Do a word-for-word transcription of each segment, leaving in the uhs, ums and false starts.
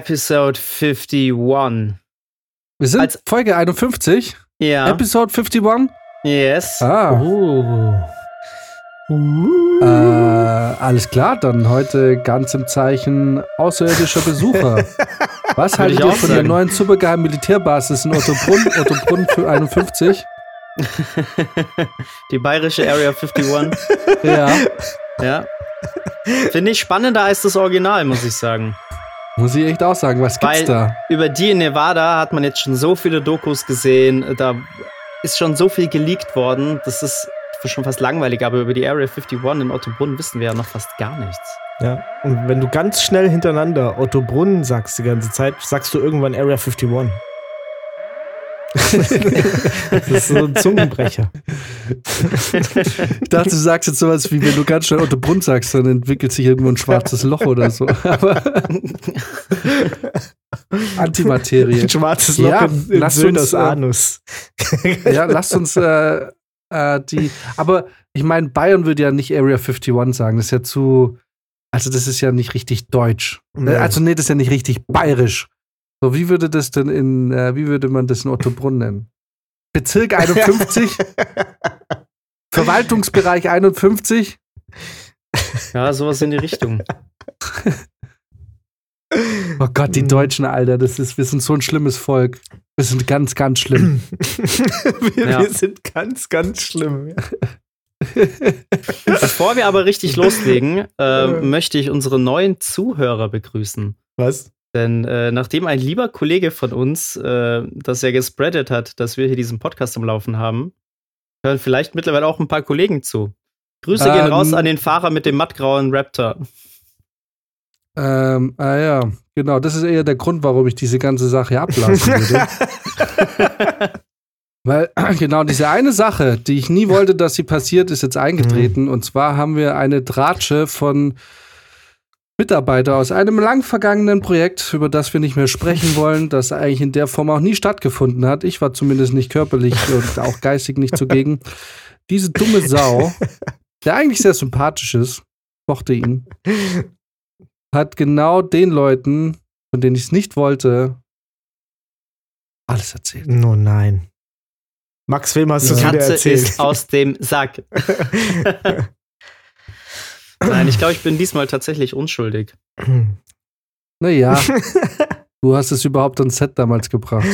Episode einundfünfzig. Wir sind Als- Folge einundfünfzig? Ja. Episode einundfünfzig? Yes. Ah. Oh. Äh, alles klar, dann heute ganz im Zeichen außerirdischer Besucher. Was haltet ich ihr auch von der sagen. neuen supergeheimen Militärbasis in Ottobrunn? Ottobrunn für einundfünfzig? Die bayerische Area einundfünfzig. Ja. Ja. Finde ich spannender als das Original, muss ich sagen. Muss ich echt auch sagen, was gibt's Weil da? über die in Nevada hat man jetzt schon so viele Dokus gesehen. Da ist schon so viel geleakt worden. Das ist schon fast langweilig. Aber über die Area einundfünfzig in Ottobrunn wissen wir ja noch fast gar nichts. Ja, und wenn du ganz schnell hintereinander Ottobrunn sagst die ganze Zeit, sagst du irgendwann Area einundfünfzig. Das ist so ein Zungenbrecher. Ich dachte, du sagst jetzt sowas wie, wenn du ganz schnell Ottobrunn sagst, dann entwickelt sich irgendwo ein schwarzes Loch oder so. Aber Antimaterie. Ein schwarzes Loch Ja, in, in lasst Söders uns, äh, Anus. Ja, lasst uns äh, äh, die. Aber ich meine, Bayern würde ja nicht Area einundfünfzig sagen. Das ist ja zu. Also, das ist ja nicht richtig deutsch. Nee. Äh, Also, nee, das ist ja nicht richtig bayerisch. So, wie würde das denn in. Äh, wie würde man das in Ottobrunn nennen? Bezirk einundfünfzig? Verwaltungsbereich einundfünfzig? Ja, sowas in die Richtung. Oh Gott, die Deutschen, Alter, das ist, wir sind so ein schlimmes Volk. Wir sind ganz, ganz schlimm. wir, Ja. wir sind ganz, ganz schlimm. Bevor wir aber richtig loslegen, äh, möchte ich unsere neuen Zuhörer begrüßen. Was? Denn äh, nachdem ein lieber Kollege von uns äh, das ja gespreadet hat, dass wir hier diesen Podcast am Laufen haben, hören vielleicht mittlerweile auch ein paar Kollegen zu. Grüße gehen Ähm, raus an den Fahrer mit dem mattgrauen Raptor. Ähm, ah ja, genau, das ist eher der Grund, warum ich diese ganze Sache ablassen würde. Weil genau diese eine Sache, die ich nie wollte, dass sie passiert, ist jetzt eingetreten. Und zwar haben wir eine Dratsche von Mitarbeitern aus einem lang vergangenen Projekt, über das wir nicht mehr sprechen wollen, das eigentlich in der Form auch nie stattgefunden hat. Ich war zumindest nicht körperlich und auch geistig nicht zugegen. Diese dumme Sau, der eigentlich sehr sympathisch ist, mochte ihn, hat genau den Leuten, von denen ich es nicht wollte, alles erzählt. Oh nein. Max, wem hast Die du wieder Katze erzählt? ist aus dem Sack. Nein, ich glaube, ich bin diesmal tatsächlich unschuldig. Naja, du hast es überhaupt ans Set damals gebracht.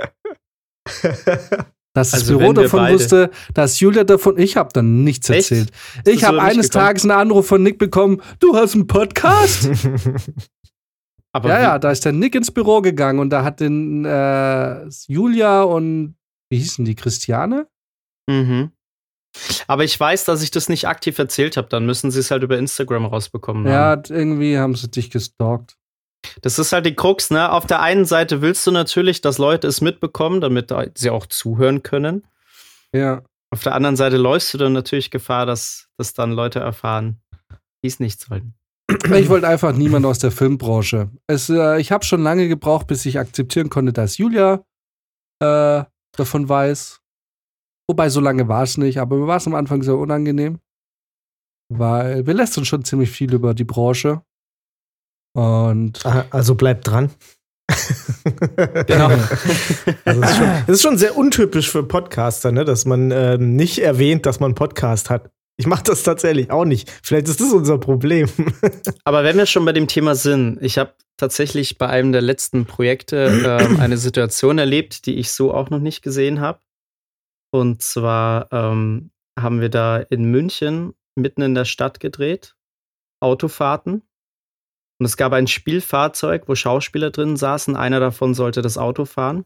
Dass das Also Büro wenn wir davon beide- wusste, dass Julia davon, ich habe dann nichts Echt? erzählt. Ist das Ich so habe nicht eines gekommen? Tages einen Anruf von Nick bekommen, du hast einen Podcast? Aber ja, wie- ja, da ist der Nick ins Büro gegangen und da hat den äh, Julia und, wie hießen die, Christiane? Mhm. Aber ich weiß, dass ich das nicht aktiv erzählt habe. Dann müssen sie es halt über Instagram rausbekommen Ja, haben. irgendwie haben sie dich gestalkt. Das ist halt die Krux, ne? Auf der einen Seite willst du natürlich, dass Leute es mitbekommen, damit sie auch zuhören können. Ja. Auf der anderen Seite läufst du dann natürlich Gefahr, dass, dass dann Leute erfahren, die es nicht sollten. Ich wollte einfach niemand aus der Filmbranche. Es, äh, ich habe schon lange gebraucht, bis ich akzeptieren konnte, dass Julia äh, davon weiß. Wobei, so lange war es nicht, aber mir war es am Anfang sehr unangenehm. Weil wir lästern schon ziemlich viel über die Branche. Und Ah, also bleib dran. Genau. Also das, ist schon, das ist schon sehr untypisch für Podcaster, ne? Dass man ähm, nicht erwähnt, dass man einen Podcast hat. Ich mache das tatsächlich auch nicht. Vielleicht ist das unser Problem. Aber wenn wir schon bei dem Thema sind, ich habe tatsächlich bei einem der letzten Projekte ähm, eine Situation erlebt, die ich so auch noch nicht gesehen habe. Und zwar ähm, haben wir da in München mitten in der Stadt gedreht, Autofahrten. Und es gab ein Spielfahrzeug, wo Schauspieler drin saßen. Einer davon sollte das Auto fahren.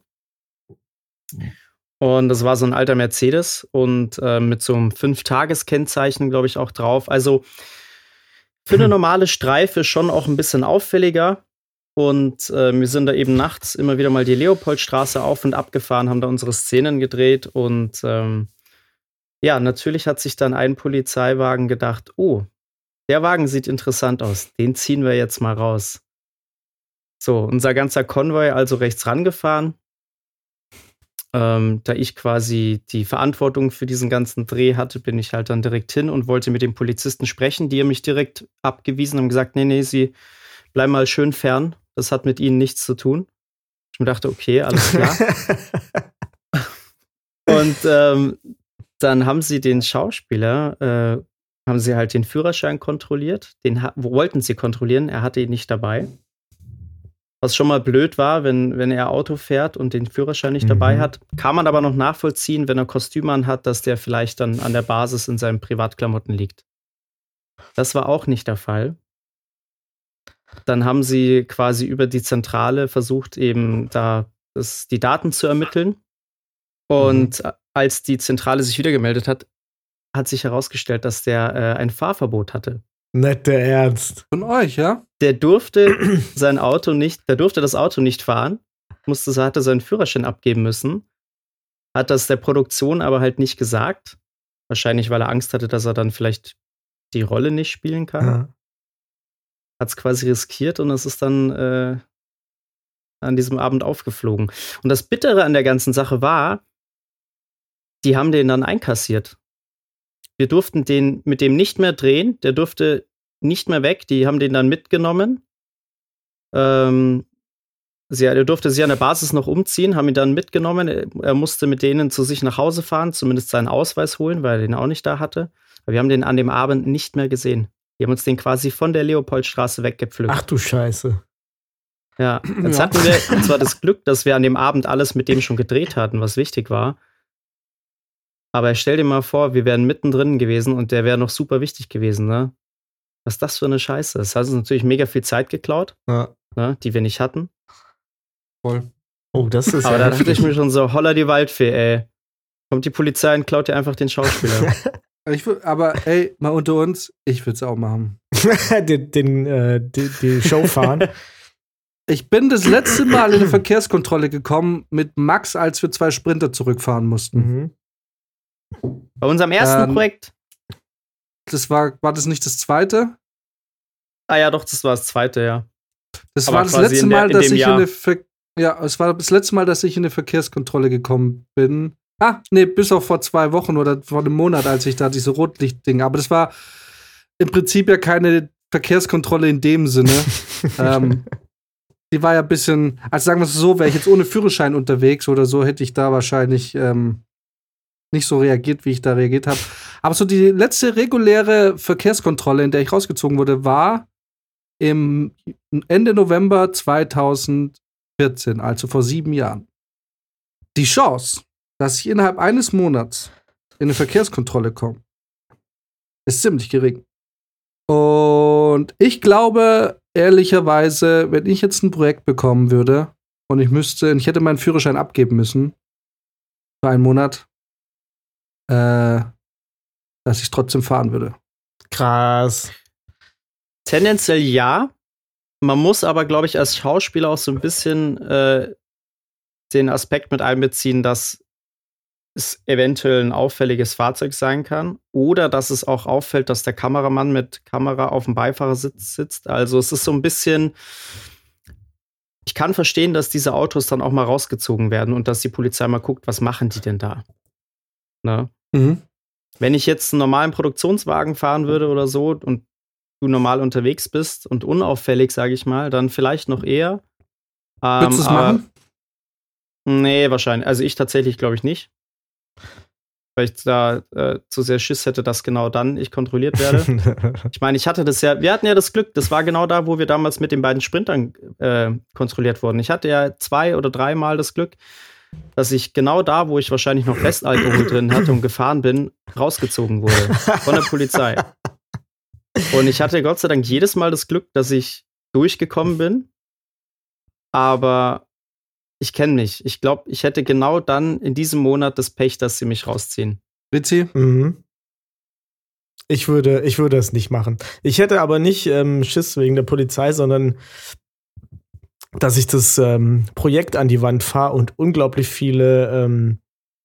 Und das war so ein alter Mercedes und äh, mit so einem Fünf-Tages-Kennzeichen, glaube ich, auch drauf. Also für eine normale Streife schon auch ein bisschen auffälliger. Und äh, wir sind da eben nachts immer wieder mal die Leopoldstraße auf und ab gefahren, haben da unsere Szenen gedreht. Und ähm, ja, natürlich hat sich dann ein Polizeiwagen gedacht, oh, der Wagen sieht interessant aus, den ziehen wir jetzt mal raus. So, unser ganzer Konvoi also rechts rangefahren. Ähm, da ich quasi die Verantwortung für diesen ganzen Dreh hatte, bin ich halt dann direkt hin und wollte mit dem Polizisten sprechen. Die haben mich direkt abgewiesen und gesagt, nee, nee, sie bleiben mal schön fern das hat mit ihnen nichts zu tun. Ich mir dachte, okay, alles klar. Und ähm, dann haben sie den Schauspieler, äh, haben sie halt den Führerschein kontrolliert. Den ha- wollten sie kontrollieren, er hatte ihn nicht dabei. Was schon mal blöd war, wenn, wenn er Auto fährt und den Führerschein nicht mhm. dabei hat. Kann man aber noch nachvollziehen, wenn er Kostüm anhat, dass der vielleicht dann an der Basis in seinen Privatklamotten liegt. Das war auch nicht der Fall. Dann haben sie quasi über die Zentrale versucht, eben da das, die Daten zu ermitteln. Und mhm. als die Zentrale sich wieder gemeldet hat, hat sich herausgestellt, dass der äh, ein Fahrverbot hatte. Nicht der Ernst. Von euch, ja? Der durfte sein Auto nicht, der durfte das Auto nicht fahren, musste, hatte seinen Führerschein abgeben müssen, hat das der Produktion aber halt nicht gesagt. Wahrscheinlich, weil er Angst hatte, dass er dann vielleicht die Rolle nicht spielen kann. Ja. Hat es quasi riskiert und es ist dann äh, an diesem Abend aufgeflogen. Und das Bittere an der ganzen Sache war, die haben den dann einkassiert. Wir durften den mit dem nicht mehr drehen, der durfte nicht mehr weg, die haben den dann mitgenommen. Ähm, sie, der durfte sie an der Basis noch umziehen, haben ihn dann mitgenommen. Er, er musste mit denen zu sich nach Hause fahren, zumindest seinen Ausweis holen, weil er den auch nicht da hatte. Aber wir haben den an dem Abend nicht mehr gesehen. Die haben uns den quasi von der Leopoldstraße weggepflückt. Ach du Scheiße. Ja, jetzt ja. hatten wir zwar das Glück, dass wir an dem Abend alles mit dem schon gedreht hatten, was wichtig war. Aber stell dir mal vor, wir wären mittendrin gewesen und der wäre noch super wichtig gewesen, ne? Was ist das für eine Scheiße? Das hat uns natürlich mega viel Zeit geklaut, ja. ne, die wir nicht hatten. Voll. Oh, das ist Aber ja da dachte ich mir schon so, holla die Waldfee, ey. Kommt die Polizei und klaut dir einfach den Schauspieler. Ich würd, aber ey, mal unter uns, ich würde es auch machen. den, den, äh, die, die Show fahren. Ich bin das letzte Mal in eine Verkehrskontrolle gekommen mit Max, als wir zwei Sprinter zurückfahren mussten. Mhm. Bei unserem ersten ähm, Projekt? Das war, war das nicht das zweite? Ah ja, doch, das war das zweite, ja. Das Aber war das letzte der, Mal, dass ich Jahr. in eine Ver- Ja, es war das letzte Mal, dass ich in eine Verkehrskontrolle gekommen bin. Ah, nee, bis auf vor zwei Wochen oder vor einem Monat, als ich da diese Rotlichtdinge. Aber das war im Prinzip ja keine Verkehrskontrolle in dem Sinne. ähm, die war ja ein bisschen, also sagen wir es so, wäre ich jetzt ohne Führerschein unterwegs oder so, hätte ich da wahrscheinlich ähm, nicht so reagiert, wie ich da reagiert habe. Aber so die letzte reguläre Verkehrskontrolle, in der ich rausgezogen wurde, war im Ende November zweitausendvierzehn, also vor sieben Jahren. Die Chance, dass ich innerhalb eines Monats in eine Verkehrskontrolle komme, ist ziemlich gering. Und ich glaube, ehrlicherweise, wenn ich jetzt ein Projekt bekommen würde und ich müsste, ich hätte meinen Führerschein abgeben müssen für einen Monat, äh, dass ich trotzdem fahren würde. Krass. Tendenziell ja. Man muss aber, glaube ich, als Schauspieler auch so ein bisschen äh, den Aspekt mit einbeziehen, dass es eventuell ein auffälliges Fahrzeug sein kann oder dass es auch auffällt, dass der Kameramann mit Kamera auf dem Beifahrersitz sitzt. Also es ist so ein bisschen, ich kann verstehen, dass diese Autos dann auch mal rausgezogen werden und dass die Polizei mal guckt, was machen die denn da? Ne? Mhm. Wenn ich jetzt einen normalen Produktionswagen fahren würde oder so und du normal unterwegs bist und unauffällig, sage ich mal, dann vielleicht noch eher. Ähm, Würdest du es machen? Nee, wahrscheinlich. Also ich tatsächlich glaube ich nicht. Weil ich da äh, zu sehr Schiss hätte, dass genau dann ich kontrolliert werde. Ich meine, ich hatte das ja, wir hatten ja das Glück, das war genau da, wo wir damals mit den beiden Sprintern äh, kontrolliert wurden. Ich hatte ja zwei oder dreimal das Glück, dass ich genau da, wo ich wahrscheinlich noch Restalkohol drin hatte und gefahren bin, rausgezogen wurde von der Polizei. Und ich hatte Gott sei Dank jedes Mal das Glück, dass ich durchgekommen bin. Aber ich kenne mich. Ich glaube, ich hätte genau dann in diesem Monat das Pech, dass sie mich rausziehen. Ritzi? Mhm. Ich würde, ich würde es nicht machen. Ich hätte aber nicht ähm, Schiss wegen der Polizei, sondern dass ich das ähm, Projekt an die Wand fahre und unglaublich viele ähm,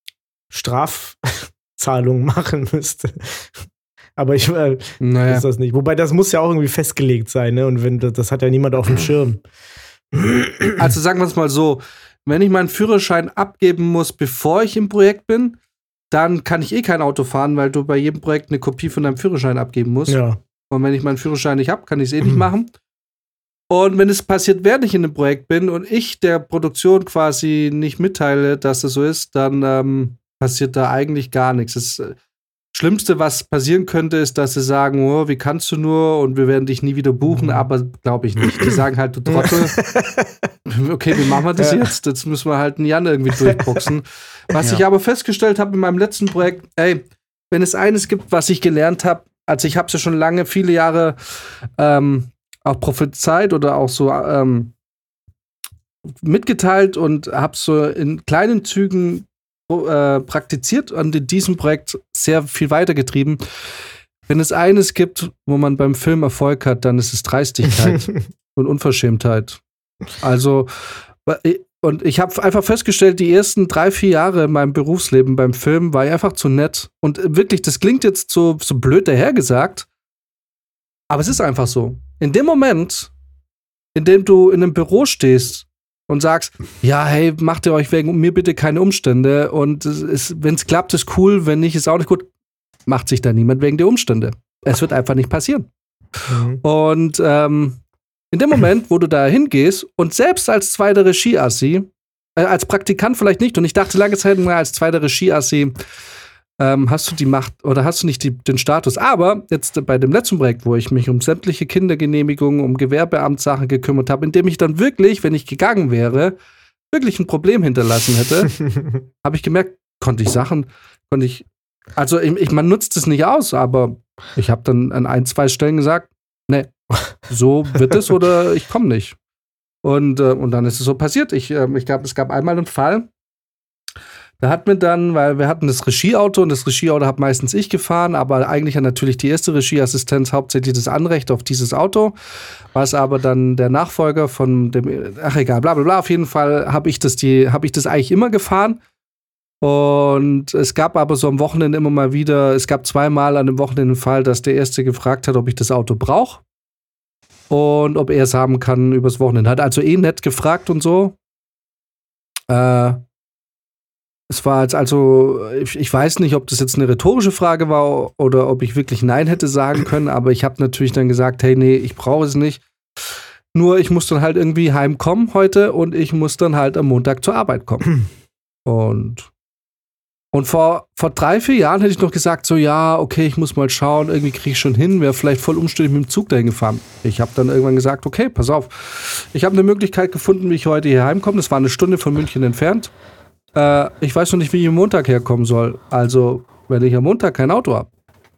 Strafzahlungen machen müsste. Aber ich äh, naja. ist das nicht. Wobei, das muss ja auch irgendwie festgelegt sein, ne? Und wenn das, das hat ja niemand auf dem Schirm. Also sagen wir es mal so, wenn ich meinen Führerschein abgeben muss, bevor ich im Projekt bin, dann kann ich eh kein Auto fahren, weil du bei jedem Projekt eine Kopie von deinem Führerschein abgeben musst. Ja. Und wenn ich meinen Führerschein nicht habe, kann ich es eh nicht machen. Und wenn es passiert, während ich in einem Projekt bin und ich der Produktion quasi nicht mitteile, dass das so ist, dann ähm, passiert da eigentlich gar nichts. Das äh, Schlimmste, was passieren könnte, ist, dass sie sagen, oh, wie kannst du nur und wir werden dich nie wieder buchen, aber glaube ich nicht. Die sagen halt, du Trottel, okay, wie machen wir das jetzt? Jetzt müssen wir halt einen Jan irgendwie durchboxen. Was ja. ich aber festgestellt habe in meinem letzten Projekt, ey, wenn es eines gibt, was ich gelernt habe, also ich habe es ja schon lange, viele Jahre ähm, auch prophezeit oder auch so ähm, mitgeteilt und habe so in kleinen Zügen äh, praktiziert und in diesem Projekt sehr viel weitergetrieben. Wenn es eines gibt, wo man beim Film Erfolg hat, dann ist es Dreistigkeit und Unverschämtheit. Also, und ich habe einfach festgestellt, die ersten drei, vier Jahre in meinem Berufsleben beim Film war ich einfach zu nett. Und wirklich, das klingt jetzt so, so blöd dahergesagt, aber es ist einfach so. In dem Moment, in dem du in einem Büro stehst und sagst, ja, hey, macht ihr euch wegen mir bitte keine Umstände und wenn es klappt, ist cool, wenn nicht, ist auch nicht gut, macht sich da niemand wegen der Umstände. Es wird einfach nicht passieren. Mhm. Und ähm, in dem Moment, wo du da hingehst und selbst als zweiter Regie-Assi, äh, als Praktikant vielleicht nicht, und ich dachte lange Zeit mal, als zweiter Regie-Assi ähm, hast du die Macht oder hast du nicht die, den Status. Aber jetzt bei dem letzten Projekt, wo ich mich um sämtliche Kindergenehmigungen, um Gewerbeamtssachen gekümmert habe, in dem ich dann wirklich, wenn ich gegangen wäre, wirklich ein Problem hinterlassen hätte, habe ich gemerkt, konnte ich Sachen, konnte ich, also ich, ich man nutzt es nicht aus, aber ich habe dann an ein, zwei Stellen gesagt, nee, so wird es oder ich komme nicht. Und, äh, und dann ist es so passiert. Ich, äh, ich glaube, es gab einmal einen Fall, da hat mir dann, weil wir hatten das Regieauto und das Regieauto habe meistens ich gefahren, aber eigentlich hat natürlich die erste Regieassistenz hauptsächlich das Anrecht auf dieses Auto, was aber dann der Nachfolger von dem, ach egal, bla bla bla, auf jeden Fall habe ich das die, habe ich das eigentlich immer gefahren. Und es gab aber so am Wochenende immer mal wieder, es gab zweimal an dem Wochenende den Fall, dass der Erste gefragt hat, ob ich das Auto brauche und ob er es haben kann übers Wochenende. Hat also eh nett gefragt und so. Äh, es war jetzt also, ich, ich weiß nicht, ob das jetzt eine rhetorische Frage war oder ob ich wirklich Nein hätte sagen können, aber ich habe natürlich dann gesagt, hey, nee, ich brauche es nicht. Nur ich muss dann halt irgendwie heimkommen heute und ich muss dann halt am Montag zur Arbeit kommen. Und Und vor, vor drei, vier Jahren hätte ich noch gesagt, so ja, okay, ich muss mal schauen, irgendwie kriege ich schon hin, wäre vielleicht voll umständlich mit dem Zug dahin gefahren. Ich habe dann irgendwann gesagt, okay, pass auf, ich habe eine Möglichkeit gefunden, wie ich heute hier heimkomme. Das war eine Stunde von München entfernt. Äh, ich weiß noch nicht, wie ich am Montag herkommen soll. Also, wenn ich am Montag kein Auto habe,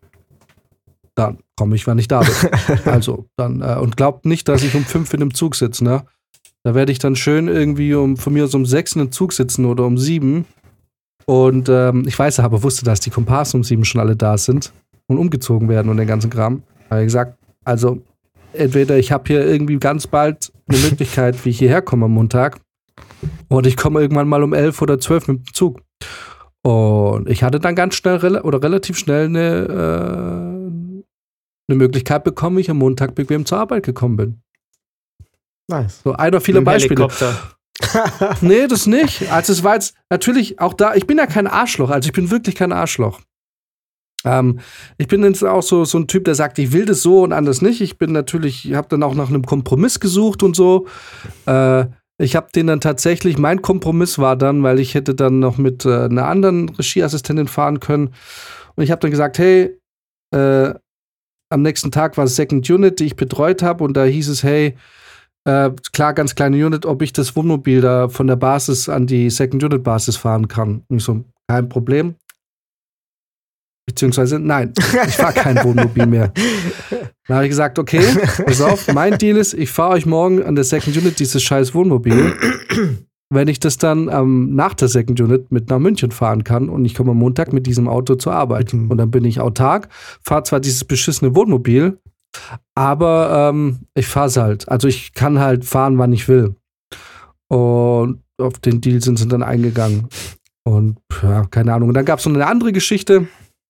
dann komme ich, wann ich da bin. Also, dann, äh, und glaubt nicht, dass ich um fünf in einem Zug sitze, ne? Da werde ich dann schön irgendwie um, von mir aus um sechs in einem Zug sitzen oder um sieben. Und ähm, ich weiß aber, wusste, dass die Komparsen um sieben schon alle da sind und umgezogen werden und den ganzen Kram. Da habe ich gesagt, also entweder ich habe hier irgendwie ganz bald eine Möglichkeit, wie ich hierher komme am Montag, oder ich komme irgendwann mal um elf oder zwölf mit dem Zug. Und ich hatte dann ganz schnell rela- oder relativ schnell eine, äh, eine Möglichkeit bekommen, wie ich am Montag bequem zur Arbeit gekommen bin. Nice. So einer vieler Beispiele. Nee, das nicht. Also es war jetzt natürlich auch da, ich bin ja kein Arschloch, also ich bin wirklich kein Arschloch. Ähm, ich bin jetzt auch so, so ein Typ, der sagt, ich will das so und anders nicht. Ich bin natürlich, ich habe dann auch nach einem Kompromiss gesucht und so. Äh, ich habe den dann tatsächlich, mein Kompromiss war dann, weil ich hätte dann noch mit äh, einer anderen Regieassistentin fahren können. Und ich habe dann gesagt, hey, äh, am nächsten Tag war es Second Unit, die ich betreut habe und da hieß es, hey, Äh, klar, ganz kleine Unit, ob ich das Wohnmobil da von der Basis an die Second-Unit-Basis fahren kann. Und ich so, kein Problem. Beziehungsweise, nein, ich fahre kein Wohnmobil mehr. Dann habe ich gesagt, okay, pass auf, mein Deal ist, ich fahre euch morgen an der Second-Unit dieses scheiß Wohnmobil. Wenn ich das dann ähm, nach der Second-Unit mit nach München fahren kann und ich komme am Montag mit diesem Auto zur Arbeit. Mhm. Und dann bin ich autark, fahre zwar dieses beschissene Wohnmobil, aber ähm, ich fahre es halt. Also ich kann halt fahren, wann ich will. Und auf den Deal sind sie dann eingegangen. Und ja, keine Ahnung. Und dann gab es noch eine andere Geschichte.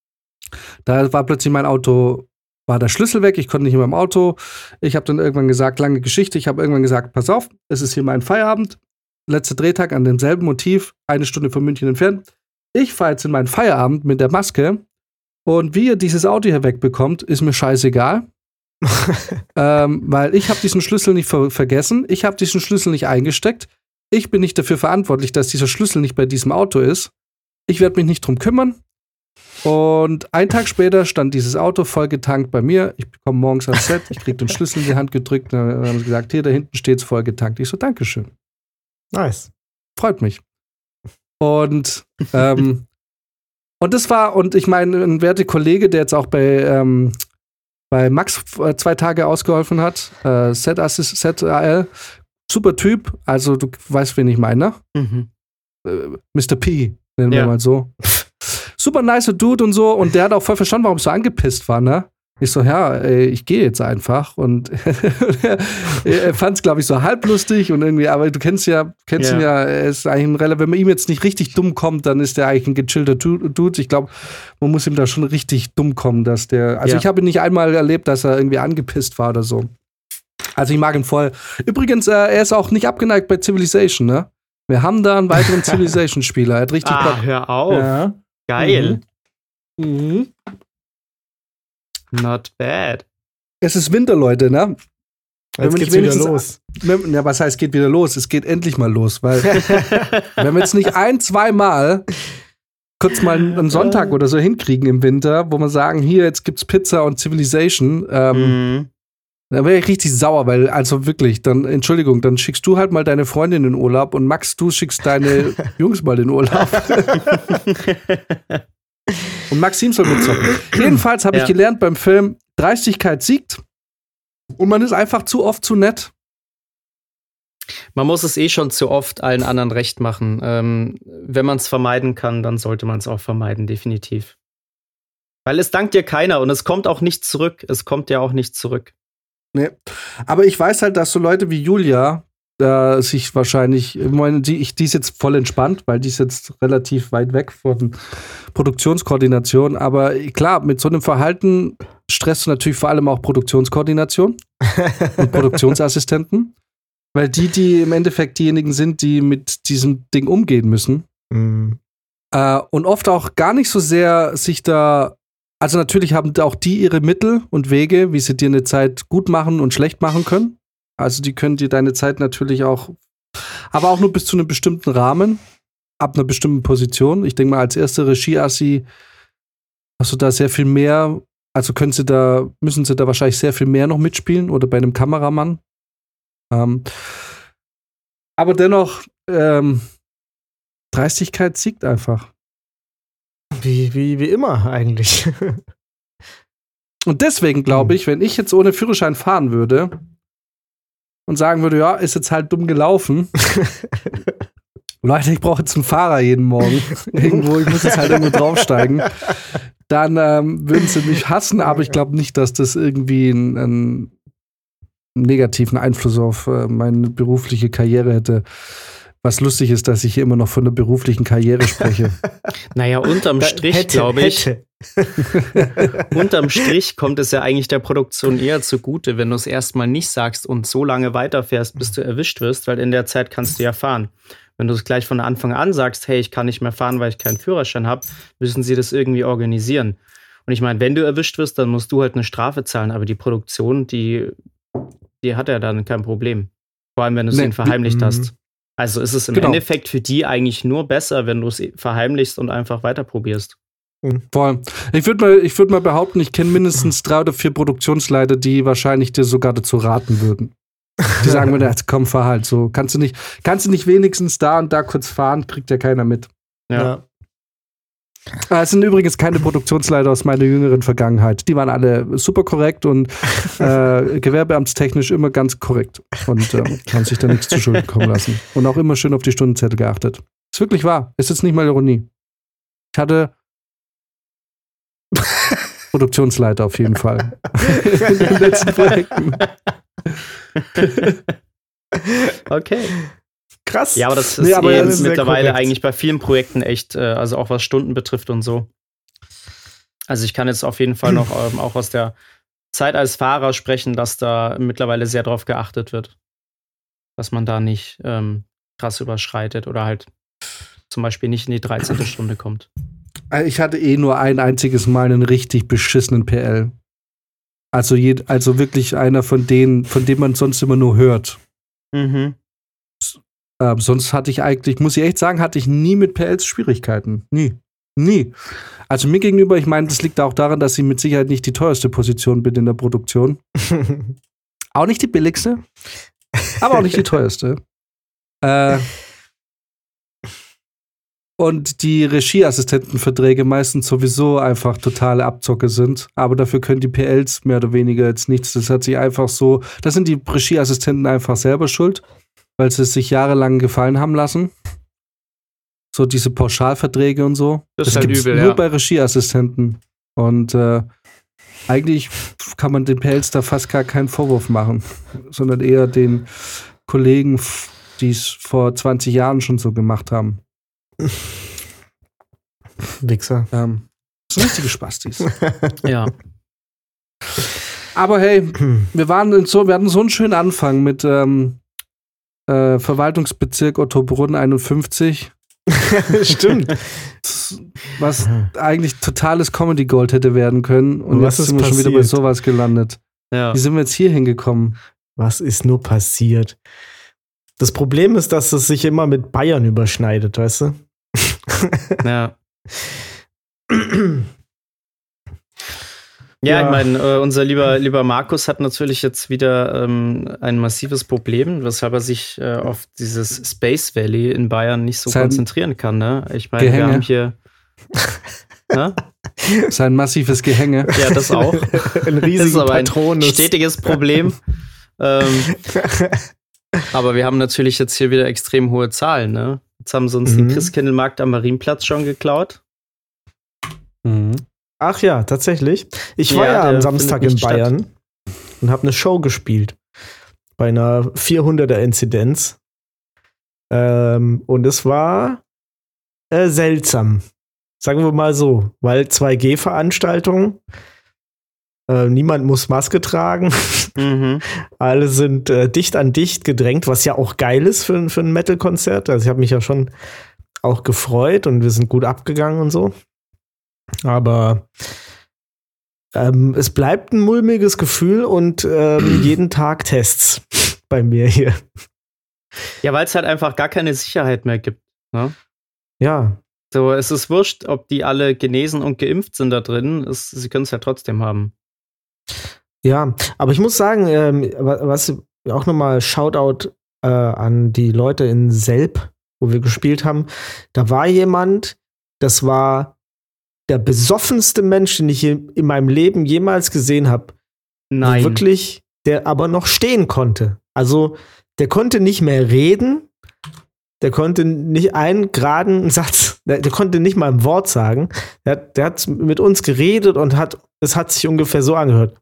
Da war plötzlich mein Auto, war der Schlüssel weg. Ich konnte nicht mehr im Auto. Ich habe dann irgendwann gesagt, lange Geschichte. Ich habe irgendwann gesagt, pass auf, es ist hier mein Feierabend. Letzter Drehtag an demselben Motiv, eine Stunde von München entfernt. Ich fahre jetzt in meinen Feierabend mit der Maske. Und wie ihr dieses Auto hier wegbekommt, ist mir scheißegal. ähm, weil ich habe diesen Schlüssel nicht ver- vergessen, ich habe diesen Schlüssel nicht eingesteckt, ich bin nicht dafür verantwortlich, dass dieser Schlüssel nicht bei diesem Auto ist. Ich werde mich nicht drum kümmern. Und einen Tag später stand dieses Auto voll getankt bei mir. Ich komme morgens ans Set, ich krieg den Schlüssel in die Hand gedrückt, dann haben sie gesagt, hier, da hinten steht's voll getankt. Ich so, Dankeschön. Nice. Freut mich. Und ähm, und das war, und ich meine, ein werter Kollege, der jetzt auch bei, ähm, bei Max äh, zwei Tage ausgeholfen hat, äh, Set Assist, Set A L, super Typ, also du weißt, wen ich meine, Mhm. äh, Mister P, nennen wir Ja. mal so. Super nice Dude und so, und der hat auch voll verstanden, warum ich so angepisst war, ne? Ich so, ja, ey, ich gehe jetzt einfach, und er fand es, glaube ich, so halblustig und irgendwie, aber du kennst ja, kennst Ja. ihn ja, er ist eigentlich ein relativ, wenn man ihm jetzt nicht richtig dumm kommt, dann ist der eigentlich ein gechillter Du- Dude. Ich glaube, man muss ihm da schon richtig dumm kommen, dass der, also Ja. ich habe ihn nicht einmal erlebt, dass er irgendwie angepisst war oder so. Also ich mag ihn voll. Übrigens, äh, er ist auch nicht abgeneigt bei Civilization, ne? Wir haben da einen weiteren Civilization-Spieler. Er hat richtig Ah, Bock. hör auf. Ja. Geil. Mhm. Not bad. Es ist Winter, Leute, ne? Wenn Jetzt wir geht's nicht wieder wenigstens- los. Ja, was heißt, geht wieder los? Es geht endlich mal los, weil wenn wir jetzt nicht ein, zwei Mal kurz mal einen Sonntag oder so hinkriegen im Winter, wo wir sagen, hier, jetzt gibt's Pizza und Civilization, ähm, Mhm. dann wäre ich richtig sauer, weil, also wirklich, dann, Entschuldigung, dann schickst du halt mal deine Freundin in den Urlaub und Max, du schickst deine Jungs mal in den Urlaub. Und Maxim soll mitzocken. Jedenfalls habe Ja. ich gelernt beim Film, Dreistigkeit siegt und man ist einfach zu oft zu nett. Man muss es eh schon zu oft allen anderen recht machen. Ähm, wenn man es vermeiden kann, dann sollte man es auch vermeiden, definitiv. Weil es dankt dir keiner und es kommt auch nicht zurück. Es kommt ja auch nicht zurück. Nee. Aber ich weiß halt, dass so Leute wie Julia äh, sich wahrscheinlich, ich meine, die, ich, die ist jetzt voll entspannt, weil die ist jetzt relativ weit weg von Produktionskoordination. Aber klar, mit so einem Verhalten stresst du natürlich vor allem auch Produktionskoordination und Produktionsassistenten. Weil die, die im Endeffekt diejenigen sind, die mit diesem Ding umgehen müssen. Mhm. Äh, und oft auch gar nicht so sehr sich da, also natürlich haben auch die ihre Mittel und Wege, wie sie dir eine Zeit gut machen und schlecht machen können. Also die können dir deine Zeit natürlich auch, aber auch nur bis zu einem bestimmten Rahmen, ab einer bestimmten Position. Ich denke mal, als erste Regie-Assi hast du da sehr viel mehr, also können sie da, müssen sie da wahrscheinlich sehr viel mehr noch mitspielen oder bei einem Kameramann. Ähm, aber dennoch, ähm, Dreistigkeit siegt einfach. Wie, wie, wie immer eigentlich. Und deswegen glaube ich, wenn ich jetzt ohne Führerschein fahren würde und sagen würde, ja, ist jetzt halt dumm gelaufen. Leute, ich brauche jetzt einen Fahrer jeden Morgen. Irgendwo, ich muss jetzt halt irgendwo draufsteigen. Dann ähm, würden sie mich hassen, aber ich glaube nicht, dass das irgendwie einen, einen negativen Einfluss auf äh, meine berufliche Karriere hätte. Was lustig ist, dass ich hier immer noch von der beruflichen Karriere spreche. Naja, unterm Da- Strich, hätte, glaube ich, hätte. unterm Strich kommt es ja eigentlich der Produktion eher zugute, wenn du es erstmal nicht sagst und so lange weiterfährst, bis du erwischt wirst, weil in der Zeit kannst du ja fahren. Wenn du es gleich von Anfang an sagst, hey, ich kann nicht mehr fahren, weil ich keinen Führerschein habe, müssen sie das irgendwie organisieren. Und ich meine, wenn du erwischt wirst, dann musst du halt eine Strafe zahlen, aber die Produktion, die, die hat ja dann kein Problem. Vor allem, wenn du es Nee, ihnen verheimlicht mhm. hast. Also ist es im Genau. Endeffekt für die eigentlich nur besser, wenn du es verheimlichst und einfach weiter probierst. Voll. Ich würde mal, ich würd mal behaupten, ich kenne mindestens drei oder vier Produktionsleiter, die wahrscheinlich dir sogar dazu raten würden. Die sagen mir, jetzt komm, fahr halt so. Kannst du nicht, kannst du nicht wenigstens da und da kurz fahren, kriegt ja keiner mit. Ja. Ja. Ah, es sind übrigens keine Produktionsleiter aus meiner jüngeren Vergangenheit. Die waren alle super korrekt und äh, gewerbeamtstechnisch immer ganz korrekt. Und äh, haben sich da nichts zu Schulden kommen lassen. Und auch immer schön auf die Stundenzettel geachtet. Ist wirklich wahr. Ist jetzt nicht mal Ironie. Ich hatte Produktionsleiter auf jeden Fall. In den letzten Projekten. Okay. Krass. Ja, aber das ist Nee, aber eh das ist sehr mittlerweile korrekt. eigentlich bei vielen Projekten echt, äh, also auch was Stunden betrifft und so. Also ich kann jetzt auf jeden Fall noch ähm, auch aus der Zeit als Fahrer sprechen, dass da mittlerweile sehr drauf geachtet wird. Dass man da nicht ähm, krass überschreitet oder halt zum Beispiel nicht in die dreizehnte Stunde kommt. Ich hatte eh nur ein einziges Mal einen richtig beschissenen P L. Also, je, also wirklich einer von denen, von dem man sonst immer nur hört. Mhm. Äh, sonst hatte ich eigentlich, muss ich echt sagen, hatte ich nie mit P Ls Schwierigkeiten. Nie. Nie. Also mir gegenüber, ich meine, das liegt auch daran, dass ich mit Sicherheit nicht die teuerste Position bin in der Produktion. Auch nicht die billigste, aber auch nicht die teuerste. Äh, und die Regieassistentenverträge meistens sowieso einfach totale Abzocke sind, aber dafür können die P Ls mehr oder weniger jetzt nichts. Das hat sich einfach so, das sind die Regieassistenten einfach selber schuld, weil sie es sich jahrelang gefallen haben lassen. So diese Pauschalverträge und so. Das ist das halt gibt's übel, nur ja. bei Regieassistenten. Und äh, eigentlich kann man den P Ls da fast gar keinen Vorwurf machen, sondern eher den Kollegen, die es vor zwanzig Jahren schon so gemacht haben. Wichser. Ähm, das sind richtige Spastis. Ja. Aber hey, wir waren in so, wir hatten so einen schönen Anfang mit ähm, äh, Verwaltungsbezirk Ottobrunn einundfünfzig. Stimmt. Was eigentlich totales Comedy Gold hätte werden können. Und, Und was jetzt ist sind wir schon wieder bei passiert? sowas gelandet. Ja. Wie sind wir jetzt hier hingekommen? Was ist nur passiert? Das Problem ist, dass es sich immer mit Bayern überschneidet, weißt du? Ja. Ja. Ja, ich meine, äh, unser lieber, lieber Markus hat natürlich jetzt wieder ähm, ein massives Problem, weshalb er sich äh, auf dieses Space Valley in Bayern nicht so Sein konzentrieren kann. Ne? Ich meine, wir Gehänge. haben hier. Ne? Sein massives Gehänge. Ja, das auch. Ein Das ist riesiger aber ein Patronus. stetiges Problem. ähm, aber wir haben natürlich jetzt hier wieder extrem hohe Zahlen. Ne? Jetzt haben sie uns Mhm. den Christkindlmarkt am Marienplatz schon geklaut. Mhm. Ach ja, tatsächlich. Ich war Ja, ja, der am Samstag findet in nicht Bayern und habe eine Show gespielt. Bei einer vierhunderter-Inzidenz. Ähm, und es war äh, seltsam. Sagen wir mal so. Weil zwei G Veranstaltungen. Äh, niemand muss Maske tragen. Mhm. Alle sind äh, dicht an dicht gedrängt, was ja auch geil ist für, für ein Metal-Konzert. Also ich habe mich ja schon auch gefreut und wir sind gut abgegangen und so. Aber ähm, es bleibt ein mulmiges Gefühl und ähm, jeden Tag Tests bei mir hier. Ja, weil es halt einfach gar keine Sicherheit mehr gibt. Ne? Ja, So, es ist wurscht, ob die alle genesen und geimpft sind da drin. Es, sie können es ja trotzdem haben. ja. Aber ich muss sagen, ähm, wa- was auch nochmal Shoutout äh, an die Leute in Selb, wo wir gespielt haben. Da war jemand, das war der besoffenste Mensch, den ich in in meinem Leben jemals gesehen habe. Nein. Wirklich, der aber noch stehen konnte. Also, der konnte nicht mehr reden. Der konnte nicht einen geraden Satz, der, der konnte nicht mal ein Wort sagen. Der, hat- der hat mit uns geredet und hat, es hat sich ungefähr so angehört.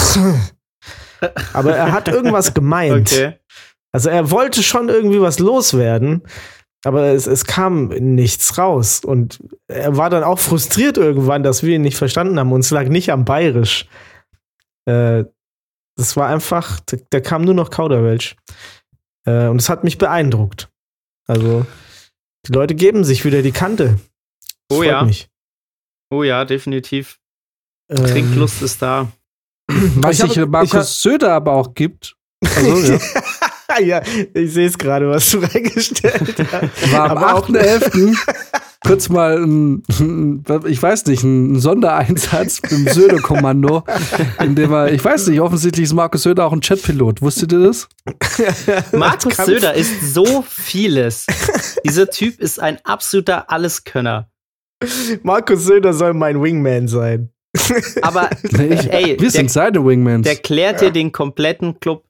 Aber er hat irgendwas gemeint. Okay. Also er wollte schon irgendwie was loswerden, aber es, es kam nichts raus. Und er war dann auch frustriert irgendwann, dass wir ihn nicht verstanden haben. Und es lag nicht am Bayerisch. Äh, das war einfach, da, da kam nur noch Kauderwelsch. Äh, und es hat mich beeindruckt. Also, die Leute geben sich wieder die Kante. Das Oh freut ja. mich. Oh ja, definitiv. Ähm, Trinklust ist da. Was Ich hab- sich Markus ich hab- Söder aber auch gibt. Also, ja. ja, ich sehe es gerade, was du reingestellt hast. War am Aber auch- achten elften kurz mal ein, ein, ich weiß nicht, ein Sondereinsatz im Söder-Kommando, in dem er, ich weiß nicht, offensichtlich ist Markus Söder auch ein Jetpilot. Wusstet ihr das? Markus Kampf. Söder ist so vieles. Dieser Typ ist ein absoluter Alleskönner. Markus Söder soll mein Wingman sein. Aber Nee, ich, ey, wir der, sind seine Wingmans. der klärt dir den kompletten Club.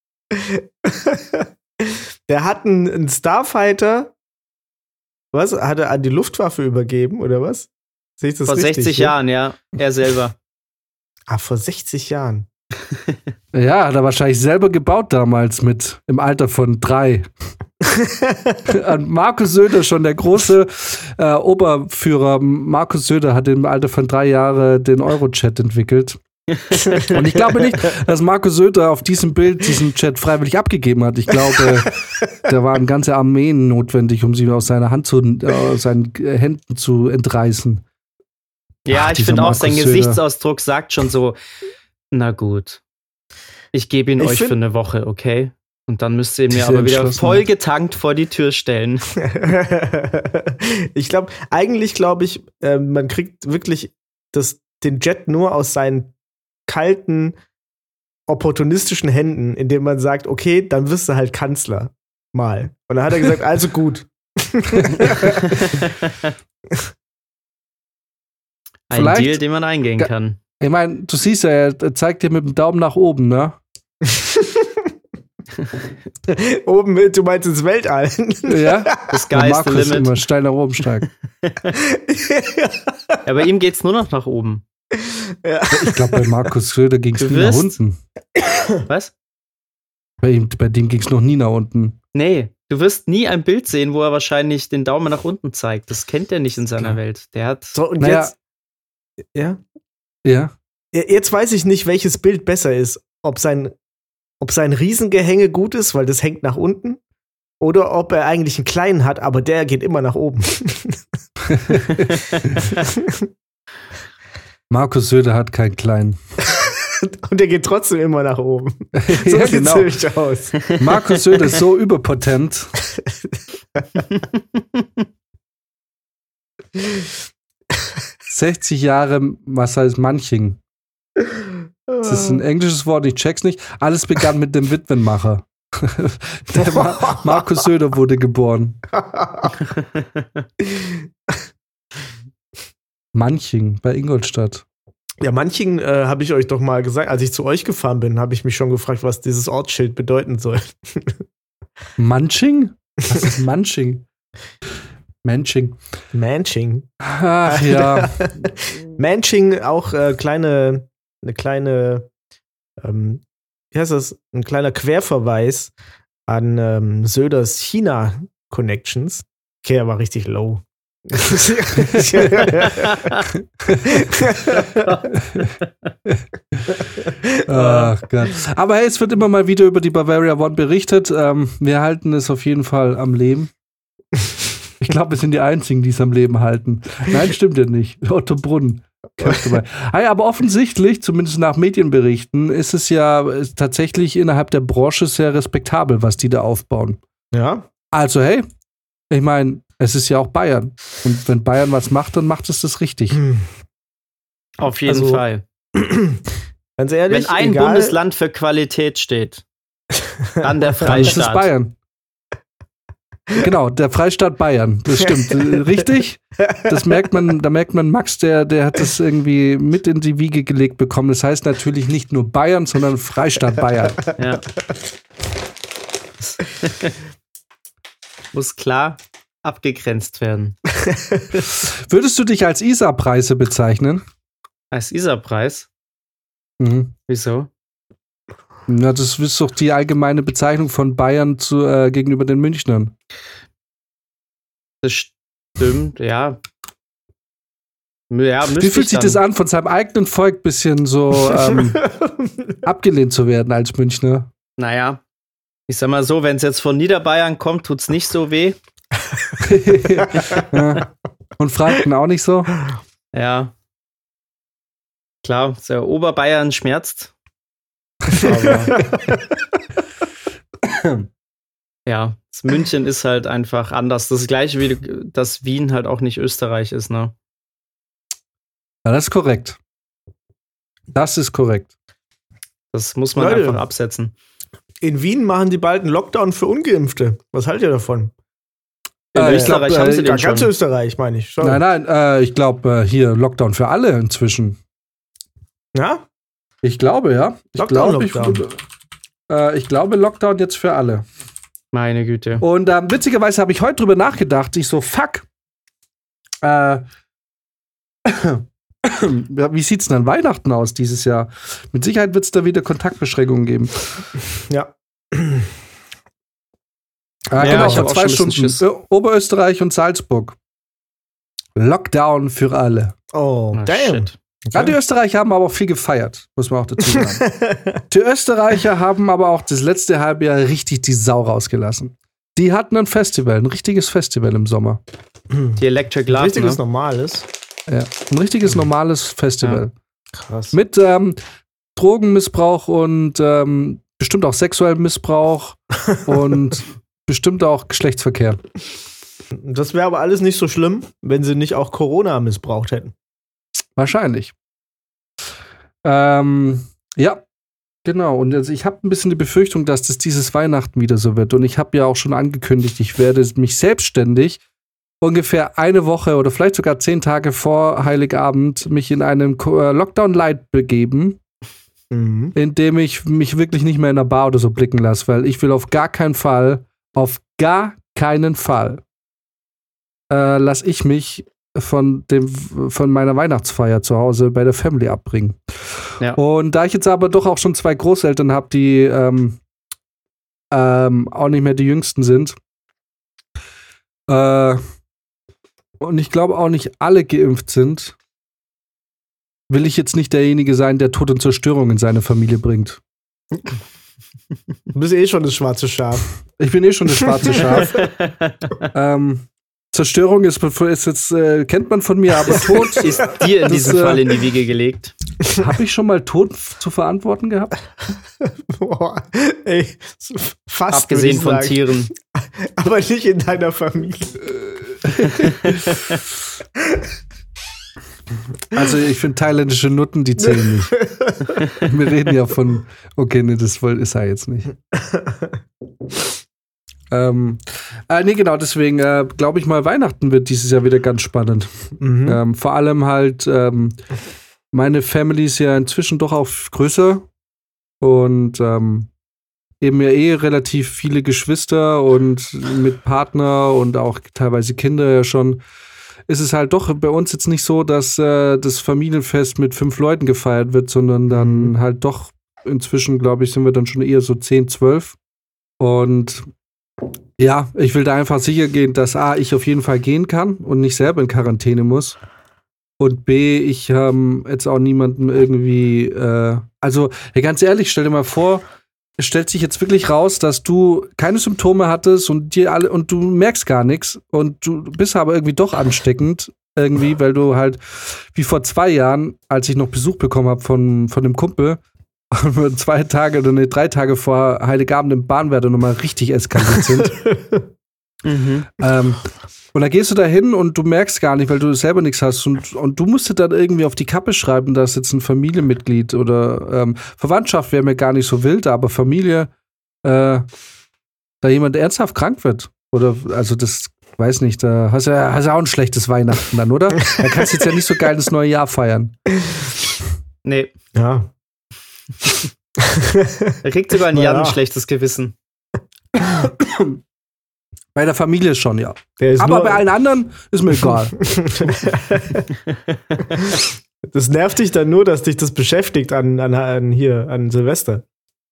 Der hat einen, einen Starfighter. Was? Hat er an die Luftwaffe übergeben, oder was? Sehe ich das Vor richtig, sechzig ja? Jahren, ja. Er selber. Ah, vor sechzig Jahren. Ja, hat er wahrscheinlich selber gebaut damals mit im Alter von drei. An Markus Söder schon, der große äh, Oberführer Markus Söder hat im Alter von drei Jahren den Eurojet entwickelt. Und ich glaube nicht, dass Markus Söder auf diesem Bild diesen Jet freiwillig abgegeben hat. Ich glaube, da waren ganze Armeen notwendig, um sie aus seiner Hand zu, äh, aus seinen äh, Händen zu entreißen. Ja, Ach, ich dieser finde auch, Markus sein Söder. Gesichtsausdruck sagt schon so, Na gut. Ich gebe ihn Ich euch find- für eine Woche, okay? Und dann müsst ihr mir Sehr aber wieder entschlossen. voll getankt vor die Tür stellen. Ich glaube, eigentlich glaube ich, äh, man kriegt wirklich das, den Jet nur aus seinen kalten, opportunistischen Händen, indem man sagt, okay, dann wirst du halt Kanzler. Mal. Und dann hat er gesagt, also gut. Ein Vielleicht- Deal, den man eingehen Ga- kann. Ich meine, du siehst ja, er zeigt dir mit dem Daumen nach oben, ne? Oben, du meinst ins Weltall. Ja? Das Der geilste Markus Limit. immer steil nach oben steigt. Ja, bei ihm geht's nur noch nach oben. Ich glaube, bei Markus Söder ging es Du nie nach wirst- unten. Was? Bei, ihm, bei dem ging es noch nie nach unten. Nee, du wirst nie ein Bild sehen, wo er wahrscheinlich den Daumen nach unten zeigt. Das kennt er nicht in seiner Welt. Der hat. So, und Naja. jetzt. Ja? Ja? Jetzt weiß ich nicht, welches Bild besser ist. Ob sein, ob sein Riesengehänge gut ist, weil das hängt nach unten. Oder ob er eigentlich einen kleinen hat, aber der geht immer nach oben. Markus Söder hat keinen kleinen. Und der geht trotzdem immer nach oben. So Ja, sieht's genau. nämlich aus. Markus Söder ist so überpotent. sechzig Jahre, was heißt Manching? Das ist ein englisches Wort, ich check's nicht. Alles begann mit dem Witwenmacher. Der Ma Markus Söder wurde geboren. Manching bei Ingolstadt. Ja, manchen äh, habe ich euch doch mal gesagt, als ich zu euch gefahren bin, habe ich mich schon gefragt, was dieses Ortsschild bedeuten soll. Manching? Was ist Manching? Manching. Manching. Ach ja. Manching, auch äh, kleine, eine kleine, ähm, wie heißt das? Ein kleiner Querverweis an ähm, Söders China-Connections. Okay, er war richtig low. Ach Gott. Aber hey, es wird immer mal wieder über die Bavaria One berichtet. Ähm, wir halten es auf jeden Fall am Leben. Ich glaube, wir sind die Einzigen, die es am Leben halten. Nein, stimmt ja nicht. Otto Brunn. kämpft dabei. Hey, aber offensichtlich, zumindest nach Medienberichten, ist es ja ist tatsächlich innerhalb der Branche sehr respektabel, was die da aufbauen. Ja. Also hey, ich meine, es ist ja auch Bayern. Und wenn Bayern was macht, dann macht es das richtig. Auf jeden Also, Fall. Ganz ehrlich, Wenn ein egal, Bundesland für Qualität steht, dann der Dann ist es Freistaat. Bayern. Genau, der Freistaat Bayern. Das stimmt. Äh, Richtig? Das merkt man, da merkt man Max, der, der hat das irgendwie mit in die Wiege gelegt bekommen. Das heißt natürlich nicht nur Bayern, sondern Freistaat Bayern. Ja. Muss klar abgegrenzt werden. Würdest du dich als Isar-Preise bezeichnen? Als Isar-Preis? Mhm. Wieso? Na, das ist doch die allgemeine Bezeichnung von Bayern zu, äh, gegenüber den Münchnern. Das stimmt, ja. Ja, Wie fühlt sich das an, von seinem eigenen Volk ein bisschen so ähm, abgelehnt zu werden als Münchner? Naja, ich sag mal so, wenn es jetzt von Niederbayern kommt, tut's nicht so weh. Ja. Und Franken auch nicht so? Ja. Klar, der Oberbayern schmerzt. Aber ja, das München ist halt einfach anders. Das gleiche wie dass Wien halt auch nicht Österreich ist, ne? Ja, das ist korrekt. Das ist korrekt. Das muss man Leute. einfach absetzen. In Wien machen die bald einen Lockdown für Ungeimpfte. Was haltet ihr davon? In Äh, ich Österreich glaub, haben äh, sie Ja, den ganz schon. Österreich, meine ich. Sorry. Nein, nein, äh, ich glaube, äh, hier Lockdown für alle inzwischen. Ja? Ich glaube, ja. Ich Lockdown, glaube, ich, Lockdown. äh, ich glaube, Lockdown jetzt für alle. Meine Güte. Und ähm, witzigerweise habe ich heute drüber nachgedacht. Ich so, fuck. Äh, wie sieht's denn an Weihnachten aus dieses Jahr? Mit Sicherheit wird es da wieder Kontaktbeschränkungen geben. Ja. Ah, Ja, genau, ich vor hab auch zwei schon ein bisschen Stunden. Ö- Oberösterreich und Salzburg. Lockdown für alle. Oh, Ah, damn. shit. Ja, die Österreicher haben aber auch viel gefeiert, muss man auch dazu sagen. Die Österreicher haben aber auch das letzte halbe Jahr richtig die Sau rausgelassen. Die hatten ein Festival, ein richtiges Festival im Sommer. Die Electric Love, Richtiges ne? Normales. Ja, ein richtiges normales Festival. Krass. Mit, ähm, Drogenmissbrauch und ähm, bestimmt auch sexuellen Missbrauch und bestimmt auch Geschlechtsverkehr. Das wäre aber alles nicht so schlimm, wenn sie nicht auch Corona missbraucht hätten. Wahrscheinlich. Ähm, ja, genau. Und also ich habe ein bisschen die Befürchtung, dass das dieses Weihnachten wieder so wird. Und ich habe ja auch schon angekündigt, ich werde mich selbstständig ungefähr eine Woche oder vielleicht sogar zehn Tage vor Heiligabend mich in einen Lockdown Light begeben, mhm. in dem ich mich wirklich nicht mehr in einer Bar oder so blicken lasse, weil ich will auf gar keinen Fall, auf gar keinen Fall äh, lasse ich mich von dem von meiner Weihnachtsfeier zu Hause bei der Family abbringen. Ja. Und da ich jetzt aber doch auch schon zwei Großeltern habe, die ähm, ähm, auch nicht mehr die Jüngsten sind, äh, und ich glaube auch nicht alle geimpft sind, will ich jetzt nicht derjenige sein, der Tod und Zerstörung in seine Familie bringt. Du bist eh schon das schwarze Schaf. Ich bin eh schon das schwarze Schaf. ähm, Zerstörung ist, ist jetzt, äh, kennt man von mir, aber Tod ist dir in das, diesem äh, Fall in die Wiege gelegt. Habe ich schon mal Tod zu verantworten gehabt? Boah, ey, fast. Abgesehen von Tieren. Aber nicht in deiner Familie. Also ich finde thailändische Nutten, die zählen nicht. Wir reden ja von, okay, nee, das ist er jetzt nicht. ähm, äh, nee, genau, deswegen äh, glaube ich mal, Weihnachten wird dieses Jahr wieder ganz spannend. Mhm. Ähm, vor allem halt, ähm, meine Family ist ja inzwischen doch auch größer und ähm, eben ja eh relativ viele Geschwister und mit Partner und auch teilweise Kinder ja schon, ist es halt doch bei uns jetzt nicht so, dass äh, das Familienfest mit fünf Leuten gefeiert wird, sondern dann halt doch inzwischen, glaube ich, sind wir dann schon eher so zehn, zwölf. Und ja, ich will da einfach sicher gehen, dass A, ich auf jeden Fall gehen kann und nicht selber in Quarantäne muss. Und B, ich ähm, jetzt auch niemanden irgendwie, äh, also ja, ganz ehrlich, stell dir mal vor, es stellt sich jetzt wirklich raus, dass du keine Symptome hattest und dir alle und du merkst gar nichts und du bist aber irgendwie doch ansteckend irgendwie, weil du halt wie vor zwei Jahren, als ich noch Besuch bekommen habe von von dem Kumpel, zwei Tage oder nee, drei Tage vor Heiligabend im Bahnwärter nochmal richtig eskaliert sind. mhm. ähm, und dann gehst du da hin und du merkst gar nicht, weil du selber nichts hast und, und du musst dir dann irgendwie auf die Kappe schreiben, dass jetzt ein Familienmitglied oder ähm, Verwandtschaft wäre mir gar nicht so wild, aber Familie, äh, da jemand ernsthaft krank wird. Oder, also das, weiß nicht, da hast du ja hast auch ein schlechtes Weihnachten dann, oder? Da kannst du jetzt ja nicht so geil das neue Jahr feiern. Nee. Ja. Er kriegt sogar ein Jahr ein schlechtes Gewissen. Bei der Familie schon, ja. Aber bei allen anderen ist mir egal. Das nervt dich dann nur, dass dich das beschäftigt an, an, an hier, an Silvester.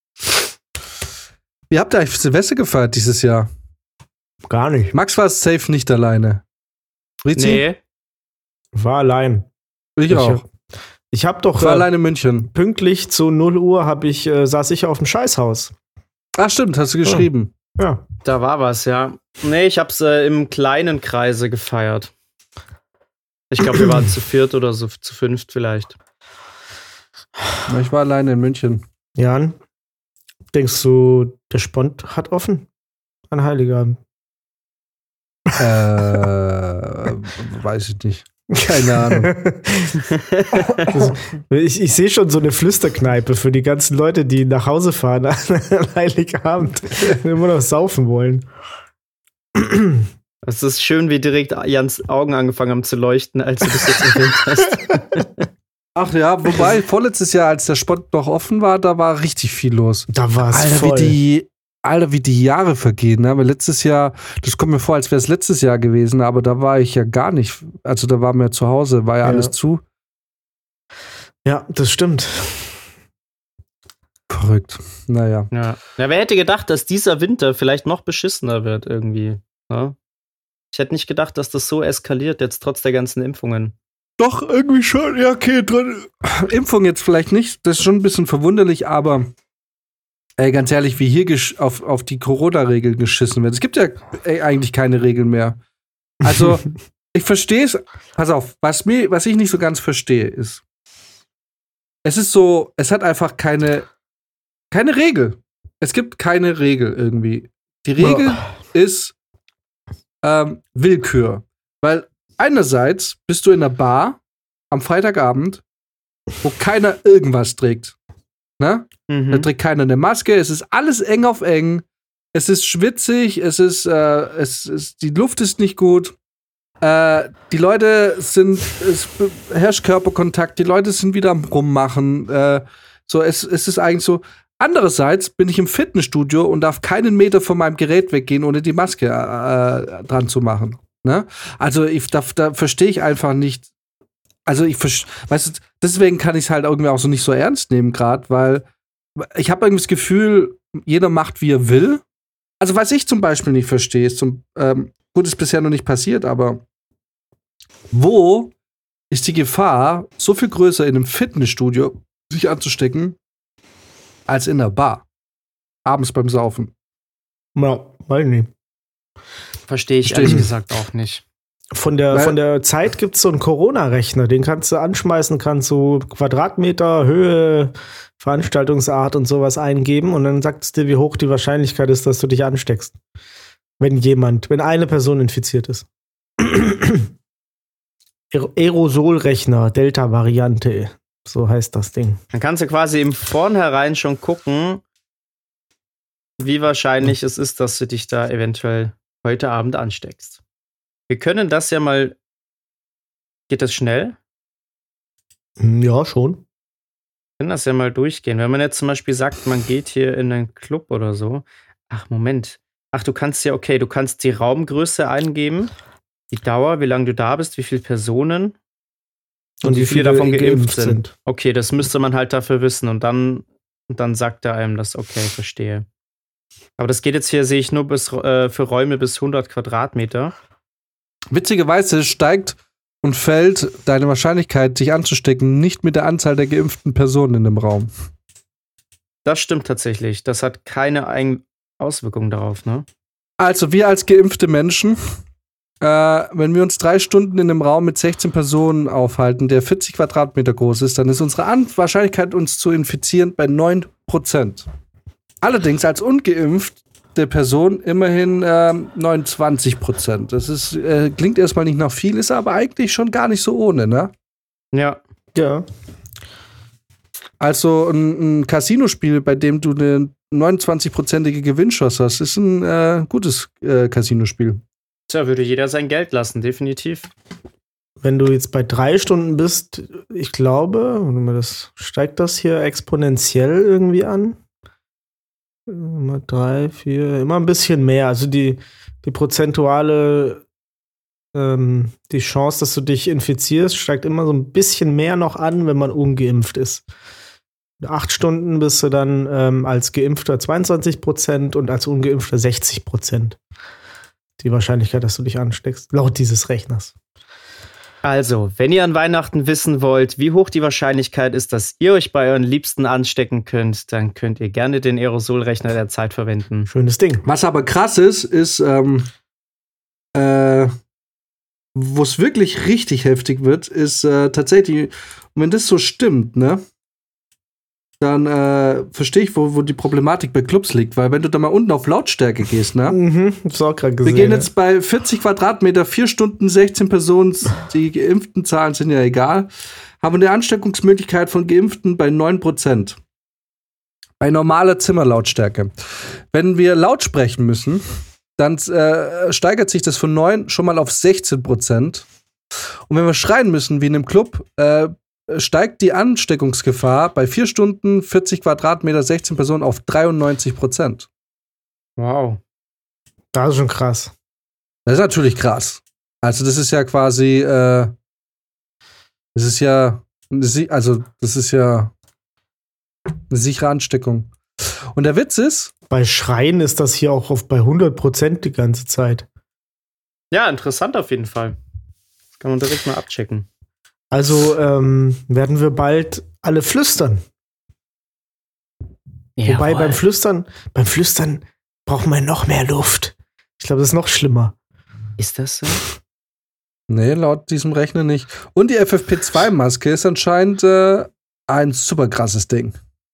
Wie habt ihr eigentlich Silvester gefeiert dieses Jahr? Gar nicht. Max war safe nicht alleine. Rizzi? Nee. War allein. Ich, ich auch. Ich hab doch. Ich war äh, allein in München. Pünktlich zu null Uhr hab ich, äh, saß ich auf dem Scheißhaus. Ach, stimmt, hast du geschrieben. Ja. ja. Da war was, ja. Nee, ich hab's äh, im kleinen Kreise gefeiert. Ich glaube, wir waren zu viert oder so, zu fünft vielleicht. Ich war alleine in München. Jan, denkst du, der Spont hat offen an Heiligabend? Äh, weiß ich nicht. Keine Ahnung. das, ich ich sehe schon so eine Flüsterkneipe für die ganzen Leute, die nach Hause fahren an Heiligabend und immer noch saufen wollen. Es ist schön, wie direkt Jans Augen angefangen haben zu leuchten, als du das jetzt erwähnt hast. Ach ja, wobei, vorletztes Jahr, als der Spont noch offen war, da war richtig viel los. Da war es voll. Wie die, Alter, wie die Jahre vergehen. Ne? Aber letztes Jahr, das kommt mir vor, als wäre es letztes Jahr gewesen, aber da war ich ja gar nicht. Also da war mir zu Hause, war ja, ja. alles zu. Ja, das stimmt. Verrückt. Naja. Ja. Ja, wer hätte gedacht, dass dieser Winter vielleicht noch beschissener wird irgendwie. Ja? Ich hätte nicht gedacht, dass das so eskaliert, jetzt trotz der ganzen Impfungen. Doch, irgendwie schon. Ja, okay. Dran. Impfung jetzt vielleicht nicht. Das ist schon ein bisschen verwunderlich, aber ey, ganz ehrlich, wie hier gesch- auf, auf die Corona-Regeln geschissen wird. Es gibt ja ey, eigentlich keine Regeln mehr. Also, ich verstehe es. Pass auf, was, mir, was ich nicht so ganz verstehe, ist, es ist so, es hat einfach keine, keine Regel. Es gibt keine Regel irgendwie. Die Regel ja. ist ähm, Willkür. Weil einerseits bist du in einer Bar am Freitagabend, wo keiner irgendwas trägt. Ne? Mhm. Da trägt keiner eine Maske, es ist alles eng auf eng, es ist schwitzig, es ist, äh, es ist, die Luft ist nicht gut. Äh, die Leute sind, es herrscht Körperkontakt, die Leute sind wieder am Rummachen. Äh, so, es, es ist eigentlich so. Andererseits bin ich im Fitnessstudio und darf keinen Meter von meinem Gerät weggehen, ohne die Maske äh, dran zu machen. Ne? Also, ich, da, da verstehe ich einfach nicht. Also, ich weißt du, deswegen kann ich es halt irgendwie auch so nicht so ernst nehmen, gerade, weil ich habe irgendwie das Gefühl, jeder macht, wie er will. Also, was ich zum Beispiel nicht verstehe, ist zum, ähm, gut, ist bisher noch nicht passiert, aber wo ist die Gefahr so viel größer in einem Fitnessstudio sich anzustecken als in der Bar abends beim Saufen? Ja, weiß nicht. Verstehe ich ehrlich gesagt auch nicht. Von der, von der Zeit gibt es so einen Corona-Rechner, den kannst du anschmeißen, kannst du Quadratmeter, Höhe, Veranstaltungsart und sowas eingeben und dann sagt es dir, wie hoch die Wahrscheinlichkeit ist, dass du dich ansteckst. Wenn jemand, wenn eine Person infiziert ist. Aerosolrechner, Delta-Variante, so heißt das Ding. Dann kannst du quasi im Vornherein schon gucken, wie wahrscheinlich es ist, dass du dich da eventuell heute Abend ansteckst. Wir können das ja mal. Geht das schnell? Ja, schon. Wir können das ja mal durchgehen. Wenn man jetzt zum Beispiel sagt, man geht hier in einen Club oder so. Ach, Moment. Ach, du kannst ja, okay, du kannst die Raumgröße eingeben, die Dauer, wie lange du da bist, wie viele Personen und, und wie viele davon geimpft, geimpft sind. sind. Okay, das müsste man halt dafür wissen und dann, und dann sagt er einem das, okay, verstehe. Aber das geht jetzt hier, sehe ich, nur bis, äh, für Räume bis hundert Quadratmeter. Witzigerweise steigt und fällt deine Wahrscheinlichkeit, dich anzustecken, nicht mit der Anzahl der geimpften Personen in dem Raum. Das stimmt tatsächlich. Das hat keine Ein- Auswirkungen darauf, ne? Also wir als geimpfte Menschen, äh, wenn wir uns drei Stunden in einem Raum mit sechzehn Personen aufhalten, der vierzig Quadratmeter groß ist, dann ist unsere An- Wahrscheinlichkeit, uns zu infizieren, bei neun Prozent. Allerdings als ungeimpfte Person immerhin äh, neunundzwanzig Prozent. Das ist, äh, klingt erstmal nicht nach viel, ist aber eigentlich schon gar nicht so ohne, ne? Ja. Ja. Also ein, ein Casinospiel, bei dem du eine neunundzwanzig-prozentige Gewinnchance hast, ist ein äh, gutes äh, Casinospiel. Tja, würde jeder sein Geld lassen, definitiv. Wenn du jetzt bei drei Stunden bist, ich glaube, das steigt das hier exponentiell irgendwie an. Immer drei, vier, immer ein bisschen mehr. Also die, die prozentuale ähm, die Chance, dass du dich infizierst, steigt immer so ein bisschen mehr noch an, wenn man ungeimpft ist. Acht Stunden bist du dann ähm, als Geimpfter zweiundzwanzig Prozent und als Ungeimpfter sechzig Prozent. Die Wahrscheinlichkeit, dass du dich ansteckst, laut dieses Rechners. Also, wenn ihr an Weihnachten wissen wollt, wie hoch die Wahrscheinlichkeit ist, dass ihr euch bei euren Liebsten anstecken könnt, dann könnt ihr gerne den Aerosolrechner der Zeit verwenden. Schönes Ding. Was aber krass ist, ist, ähm, äh, wo es wirklich richtig heftig wird, ist äh, tatsächlich, wenn das so stimmt, ne, dann äh, verstehe ich, wo, wo die Problematik bei Clubs liegt, weil wenn du da mal unten auf Lautstärke gehst, ne? Mhm, hab's auch gerade gesehen. Wir gehen jetzt bei vierzig Quadratmeter, vier Stunden, sechzehn Personen, die geimpften Zahlen sind ja egal, haben eine Ansteckungsmöglichkeit von Geimpften bei neun Prozent. Bei normaler Zimmerlautstärke. Wenn wir laut sprechen müssen, dann äh, steigert sich das von neun schon mal auf sechzehn Prozent. Und wenn wir schreien müssen, wie in einem Club, äh, steigt die Ansteckungsgefahr bei vier Stunden, vierzig Quadratmeter, sechzehn Personen auf dreiundneunzig Prozent. Wow. Das ist schon krass. Das ist natürlich krass. Also das ist ja quasi, äh, das ist ja, also das ist ja eine sichere Ansteckung. Und der Witz ist, bei Schreien ist das hier auch auf bei hundert Prozent die ganze Zeit. Ja, interessant auf jeden Fall. Das kann man direkt mal abchecken. Also ähm, werden wir bald alle flüstern. Jawohl. Wobei beim Flüstern, beim Flüstern braucht man noch mehr Luft. Ich glaube, das ist noch schlimmer. Ist das so? Nee, laut diesem Rechner nicht. Und die F F P zwei Maske ist anscheinend äh, ein super krasses Ding.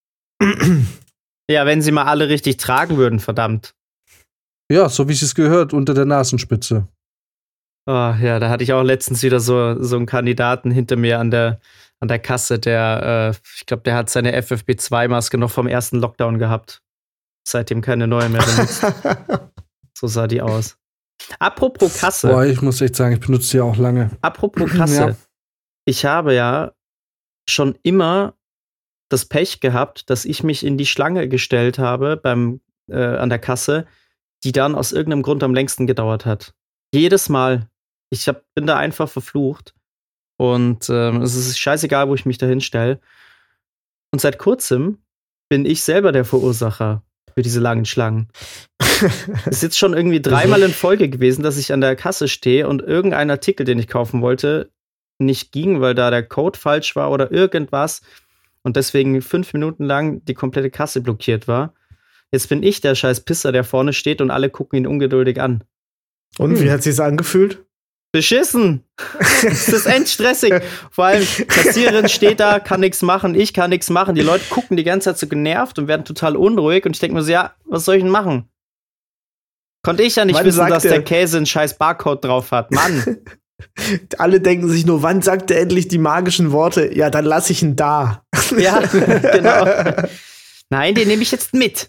Ja, wenn sie mal alle richtig tragen würden, verdammt. Ja, so wie es gehört, unter der Nasenspitze. Oh, ja, da hatte ich auch letztens wieder so, so einen Kandidaten hinter mir an der, an der Kasse, der, äh, ich glaube, der hat seine F F P zwei Maske noch vom ersten Lockdown gehabt. Seitdem keine neue mehr benutzt. So sah die aus. Apropos Kasse. Boah, ich muss echt sagen, ich benutze die auch lange. Apropos Kasse. Ja. Ich habe ja schon immer das Pech gehabt, dass ich mich in die Schlange gestellt habe beim, äh, an der Kasse, die dann aus irgendeinem Grund am längsten gedauert hat. Jedes Mal. Ich hab, bin da einfach verflucht. Und ähm, es ist scheißegal, wo ich mich da hinstelle. Und seit kurzem bin ich selber der Verursacher für diese langen Schlangen. Es ist jetzt schon irgendwie dreimal in Folge gewesen, dass ich an der Kasse stehe und irgendein Artikel, den ich kaufen wollte, nicht ging, weil da der Code falsch war oder irgendwas und deswegen fünf Minuten lang die komplette Kasse blockiert war. Jetzt bin ich der scheiß Pisser, der vorne steht und alle gucken ihn ungeduldig an. Und hm. wie hat sich's angefühlt? Beschissen! Das ist endstressig. Vor allem, Kassiererin steht da, kann nichts machen, ich kann nichts machen. Die Leute gucken die ganze Zeit so genervt und werden total unruhig. Und ich denke mir so, ja, was soll ich denn machen? Konnte ich ja nicht wann wissen, dass der, der Käse einen scheiß Barcode drauf hat. Mann! Alle denken sich nur, wann sagt er endlich die magischen Worte? Ja, dann lass ich ihn da. Ja, genau. Nein, den nehme ich jetzt mit.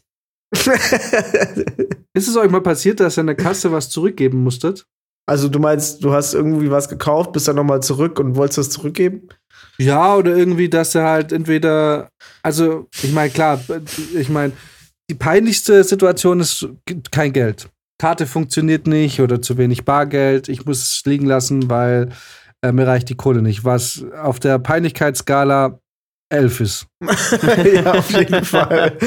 Ist es euch mal passiert, dass ihr an der Kasse was zurückgeben musstet? Also du meinst, du hast irgendwie was gekauft, bist dann nochmal zurück und wolltest das zurückgeben? Ja, oder irgendwie, dass er halt entweder, also ich meine, klar, ich meine, die peinlichste Situation ist kein Geld. Karte funktioniert nicht oder zu wenig Bargeld, ich muss es liegen lassen, weil äh, mir reicht die Kohle nicht. Was auf der Peinlichkeitsskala elf ist. Ja, auf jeden Fall.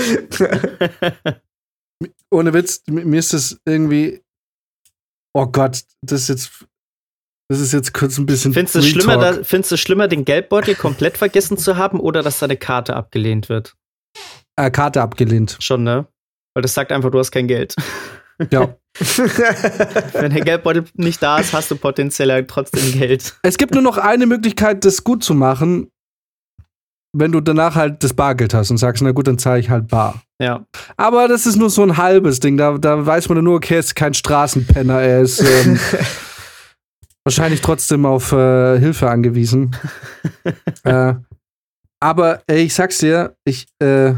Ohne Witz, mir ist das irgendwie oh Gott, das ist jetzt, das ist jetzt kurz ein bisschen. Findest du es schlimmer, da, findest du schlimmer, den Geldbeutel komplett vergessen zu haben oder dass deine Karte abgelehnt wird? Äh, Karte abgelehnt. Schon, ne? Weil das sagt einfach, du hast kein Geld. Ja. Wenn der Geldbeutel nicht da ist, hast du potenziell trotzdem Geld. Es gibt nur noch eine Möglichkeit, das gut zu machen, wenn du danach halt das Bargeld hast und sagst, na gut, dann zahle ich halt bar. Ja. Aber das ist nur so ein halbes Ding. Da, da weiß man nur, okay, er ist kein Straßenpenner. Er ist ähm, wahrscheinlich trotzdem auf äh, Hilfe angewiesen. äh, aber ey, ich sag's dir, ich, äh,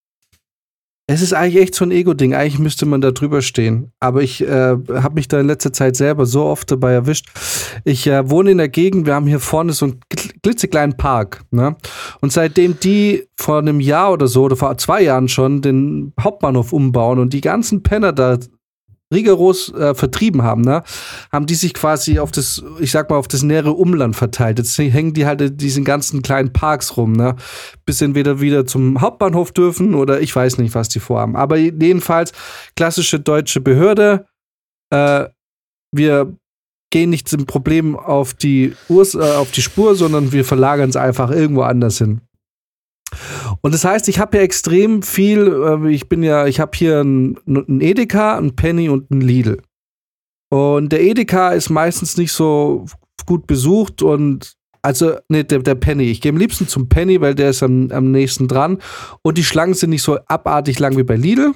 es ist eigentlich echt so ein Ego-Ding. Eigentlich müsste man da drüber stehen. Aber ich äh, habe mich da in letzter Zeit selber so oft dabei erwischt. Ich äh, wohne in der Gegend, wir haben hier vorne so einen klitzekleinen Park. Ne? Und seitdem die vor einem Jahr oder so, oder vor zwei Jahren schon, den Hauptbahnhof umbauen und die ganzen Penner da rigoros äh, vertrieben haben, ne, haben die sich quasi auf das, ich sag mal, auf das nähere Umland verteilt. Jetzt hängen die halt in diesen ganzen kleinen Parks rum, ne, bis sie entweder wieder zum Hauptbahnhof dürfen oder ich weiß nicht, was die vorhaben. Aber jedenfalls, klassische deutsche Behörde, äh, wir gehen nicht zum Problem auf die, Urs- äh, auf die Spur, sondern wir verlagern es einfach irgendwo anders hin. Und das heißt, ich habe ja extrem viel, äh, ich bin ja, ich habe hier ein, ein Edeka, ein Penny und ein Lidl. Und der Edeka ist meistens nicht so gut besucht und also, ne, der, der Penny. Ich gehe am liebsten zum Penny, weil der ist am, am nächsten dran. Und die Schlangen sind nicht so abartig lang wie bei Lidl.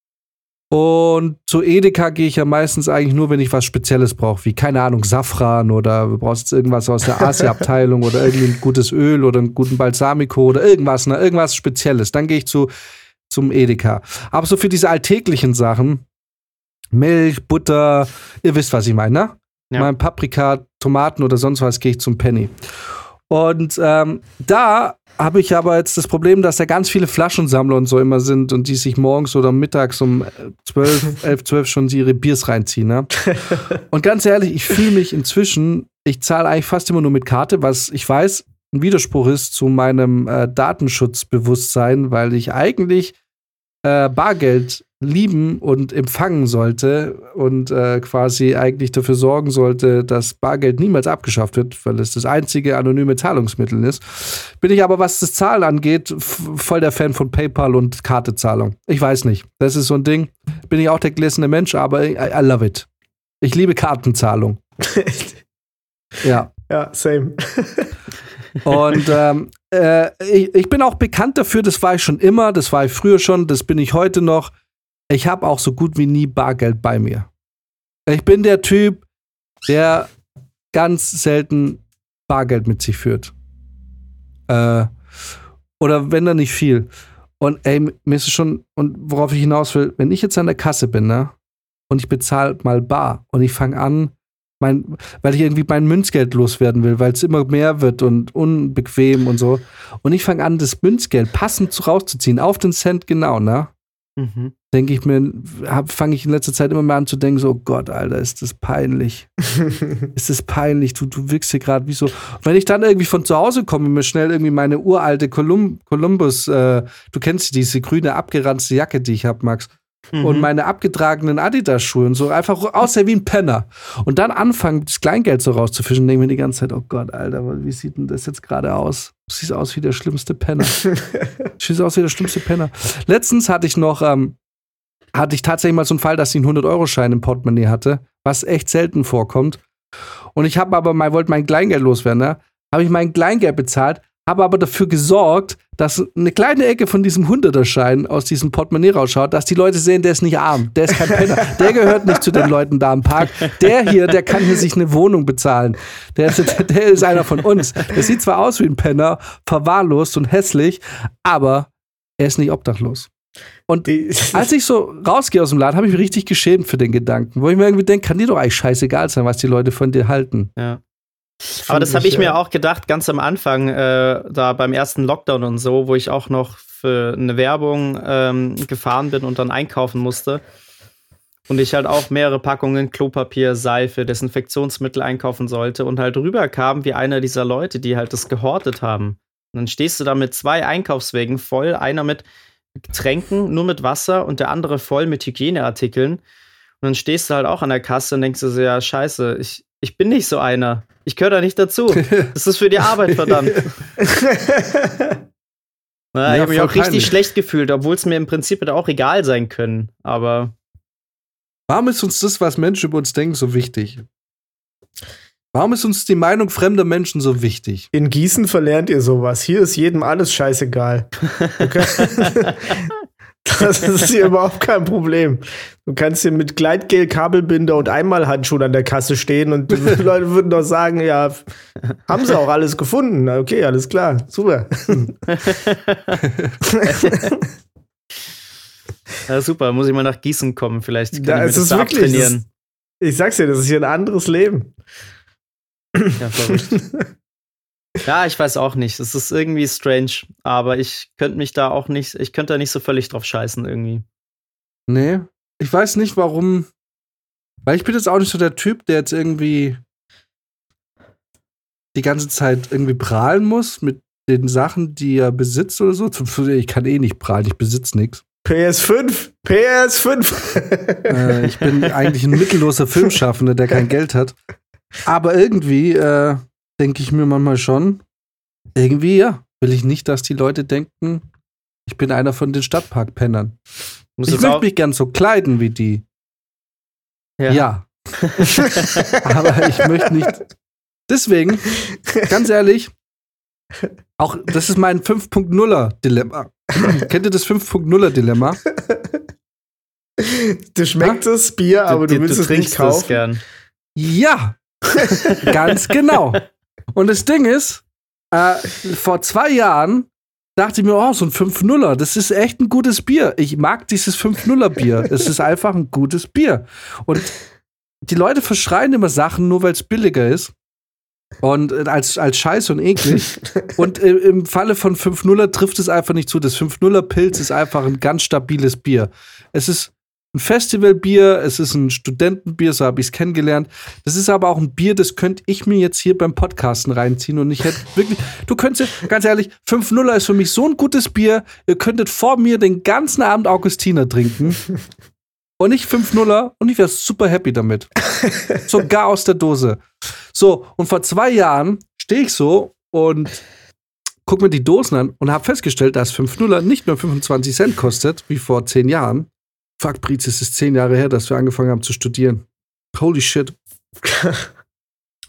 Und zu Edeka gehe ich ja meistens eigentlich nur, wenn ich was Spezielles brauche, wie, keine Ahnung, Safran oder du brauchst jetzt irgendwas aus der Asia-Abteilung oder irgendwie ein gutes Öl oder einen guten Balsamico oder irgendwas, ne, irgendwas Spezielles. Dann gehe ich zu, zum Edeka. Aber so für diese alltäglichen Sachen, Milch, Butter, ihr wisst, was ich meine, ne? Ja. Mal Paprika, Tomaten oder sonst was, gehe ich zum Penny. Und ähm, da habe ich aber jetzt das Problem, dass da ganz viele Flaschensammler und so immer sind und die sich morgens oder mittags um zwölf, elf, zwölf schon ihre Biers reinziehen. Ne? Und ganz ehrlich, ich fühle mich inzwischen, ich zahle eigentlich fast immer nur mit Karte, was ich weiß, ein Widerspruch ist zu meinem äh, Datenschutzbewusstsein, weil ich eigentlich äh, Bargeld lieben und empfangen sollte und äh, quasi eigentlich dafür sorgen sollte, dass Bargeld niemals abgeschafft wird, weil es das einzige anonyme Zahlungsmittel ist. Bin ich aber, was das Zahlen angeht, f- voll der Fan von PayPal und Kartezahlung. Ich weiß nicht. Das ist so ein Ding. Bin ich auch der gläserne Mensch, aber I, I love it. Ich liebe Kartenzahlung. Ja. Ja, same. Und ähm, äh, ich, ich bin auch bekannt dafür, das war ich schon immer, das war ich früher schon, das bin ich heute noch. Ich habe auch so gut wie nie Bargeld bei mir. Ich bin der Typ, der ganz selten Bargeld mit sich führt. Äh, oder wenn dann nicht viel. Und ey, mir ist es schon, und worauf ich hinaus will, wenn ich jetzt an der Kasse bin, ne, und ich bezahle mal bar und ich fange an, mein, weil ich irgendwie mein Münzgeld loswerden will, weil es immer mehr wird und unbequem und so. Und ich fange an, das Münzgeld passend rauszuziehen, auf den Cent genau, ne? Mhm. Denke ich mir, fange ich in letzter Zeit immer mehr an zu denken, so, oh Gott, Alter, ist das peinlich. Ist das peinlich, du, du wirkst hier gerade wie so. Und wenn ich dann irgendwie von zu Hause komme und mir schnell irgendwie meine uralte Colum- Columbus, äh, du kennst diese grüne abgeranzte Jacke, die ich habe, Max, mhm. und meine abgetragenen Adidas-Schuhe und so, einfach aussehen wie ein Penner. Und dann anfangen, das Kleingeld so rauszufischen, denke ich mir die ganze Zeit, oh Gott, Alter, wie sieht denn das jetzt gerade aus? Du siehst aus wie der schlimmste Penner. Du siehst aus wie der schlimmste Penner. Letztens hatte ich noch, ähm, hatte ich tatsächlich mal so einen Fall, dass ich einen hundert-Euro-Schein im Portemonnaie hatte, was echt selten vorkommt. Und ich habe aber mal, wollte mein Kleingeld loswerden, ne? Habe ich mein Kleingeld bezahlt, habe aber dafür gesorgt, dass eine kleine Ecke von diesem Hunderter-Schein aus diesem Portemonnaie rausschaut, dass die Leute sehen, der ist nicht arm, der ist kein Penner, der gehört nicht zu den Leuten da im Park. Der hier, der kann hier sich eine Wohnung bezahlen. Der ist, der ist einer von uns. Der sieht zwar aus wie ein Penner, verwahrlost und hässlich, aber er ist nicht obdachlos. Und als ich so rausgehe aus dem Laden, habe ich mich richtig geschämt für den Gedanken, wo ich mir irgendwie denke, kann dir doch eigentlich scheißegal sein, was die Leute von dir halten. Ja. Aber das habe ich mir auch gedacht, ganz am Anfang, äh, da beim ersten Lockdown und so, wo ich auch noch für eine Werbung ähm, gefahren bin und dann einkaufen musste. Und ich halt auch mehrere Packungen Klopapier, Seife, Desinfektionsmittel einkaufen sollte und halt rüberkam wie einer dieser Leute, die halt das gehortet haben. Und dann stehst du da mit zwei Einkaufswägen voll, einer mit Getränken, nur mit Wasser und der andere voll mit Hygieneartikeln. Und dann stehst du halt auch an der Kasse und denkst du so, ja, scheiße, ich, ich bin nicht so einer. Ich gehöre da nicht dazu. Das ist für die Arbeit, verdammt. Na, ja, ich habe mich auch richtig schlecht gefühlt, obwohl es mir im Prinzip hätte auch egal sein können. Aber warum ist uns das, was Menschen über uns denken, so wichtig? Warum ist uns die Meinung fremder Menschen so wichtig? In Gießen verlernt ihr sowas. Hier ist jedem alles scheißegal. Okay? Das ist hier überhaupt kein Problem. Du kannst hier mit Gleitgel, Kabelbinder und Einmalhandschuhen an der Kasse stehen und die Leute würden doch sagen, ja, haben sie auch alles gefunden. Okay, alles klar, super. Ja, super, muss ich mal nach Gießen kommen, vielleicht kann da, ich mir es das ist da wirklich, abtrainieren. Das, ich sag's dir, das ist hier ein anderes Leben. Ja, verrückt. Ja, ich weiß auch nicht. Es ist irgendwie strange, aber ich könnte mich da auch nicht, ich könnte da nicht so völlig drauf scheißen irgendwie. Nee, ich weiß nicht warum, weil ich bin jetzt auch nicht so der Typ, der jetzt irgendwie die ganze Zeit irgendwie prahlen muss mit den Sachen, die er besitzt oder so. Ich kann eh nicht prahlen, ich besitze nichts. P S fünf, P S fünf. äh, ich bin eigentlich ein mittelloser Filmschaffender, der kein Geld hat. Aber irgendwie, äh, denke ich mir manchmal schon, irgendwie, ja, will ich nicht, dass die Leute denken, ich bin einer von den Stadtparkpennern. Ich möchte mich gern so kleiden wie die. Ja. ja. Aber ich möchte nicht. Deswegen, ganz ehrlich, auch das ist mein fünf Punkt null-Dilemma. Kennt ihr das fünf Punkt null-Dilemma? Du schmeckt ha? das Bier, aber du, du willst du es nicht kaufen. Es gern. Ja, ganz genau. Und das Ding ist, äh, vor zwei Jahren dachte ich mir, oh, so ein fünf nuller, das ist echt ein gutes Bier. Ich mag dieses fünf nuller Bier. Es ist einfach ein gutes Bier. Und die Leute verschreien immer Sachen, nur weil es billiger ist. Und äh, als, als scheiße und eklig. Und äh, im Falle von fünf nuller trifft es einfach nicht zu. Das fünf nuller Pilz ist einfach ein ganz stabiles Bier. Es ist ein Festivalbier, es ist ein Studentenbier, so habe ich es kennengelernt. Das ist aber auch ein Bier, das könnte ich mir jetzt hier beim Podcasten reinziehen und ich hätte wirklich, du könntest, ganz ehrlich, fünf nuller ist für mich so ein gutes Bier, ihr könntet vor mir den ganzen Abend Augustiner trinken und ich fünf nuller und ich wäre super happy damit. Sogar aus der Dose. So, und vor zwei Jahren stehe ich so und guck mir die Dosen an und habe festgestellt, dass fünf nuller nicht nur fünfundzwanzig Cent kostet, wie vor zehn Jahren. Fuck, Briz, es ist zehn Jahre her, dass wir angefangen haben zu studieren. Holy shit.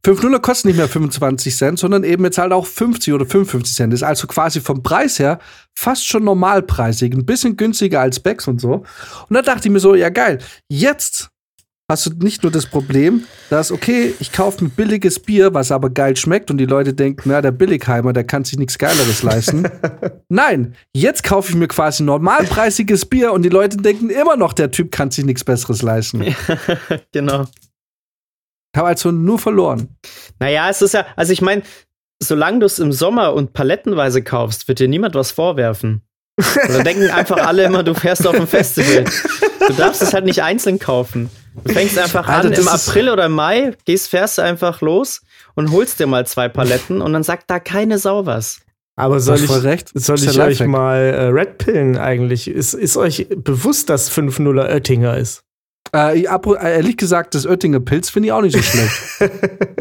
fünf nuller kosten nicht mehr fünfundzwanzig Cent, sondern eben jetzt halt auch fünfzig oder fünfundfünfzig Cent. Ist also quasi vom Preis her fast schon normalpreisig. Ein bisschen günstiger als Becks und so. Und da dachte ich mir so, ja geil, jetzt hast du nicht nur das Problem, dass, okay, ich kaufe ein billiges Bier, was aber geil schmeckt und die Leute denken, na, der Billigheimer, der kann sich nichts Geileres leisten. Nein, jetzt kaufe ich mir quasi normalpreisiges Bier und die Leute denken immer noch, der Typ kann sich nichts Besseres leisten. Ja, genau. Ich habe also nur verloren. Naja, es ist ja, also ich meine, solange du es im Sommer und palettenweise kaufst, wird dir niemand was vorwerfen. Oder denken einfach alle immer, du fährst auf ein Festival. Du darfst es halt nicht einzeln kaufen. Du fängst einfach Alter, an, das im ist- April oder Mai, gehst, fährst du einfach los und holst dir mal zwei Paletten und dann sagt da keine Sau was. Aber soll Hast ich, voll recht. soll Ist ich der euch Lifehack. mal äh, Red Pillen eigentlich? Ist, ist euch bewusst, dass fünf nuller Oettinger ist? Äh, ich- apro- äh, ehrlich gesagt, das Oettinger Pilz finde ich auch nicht so schlecht.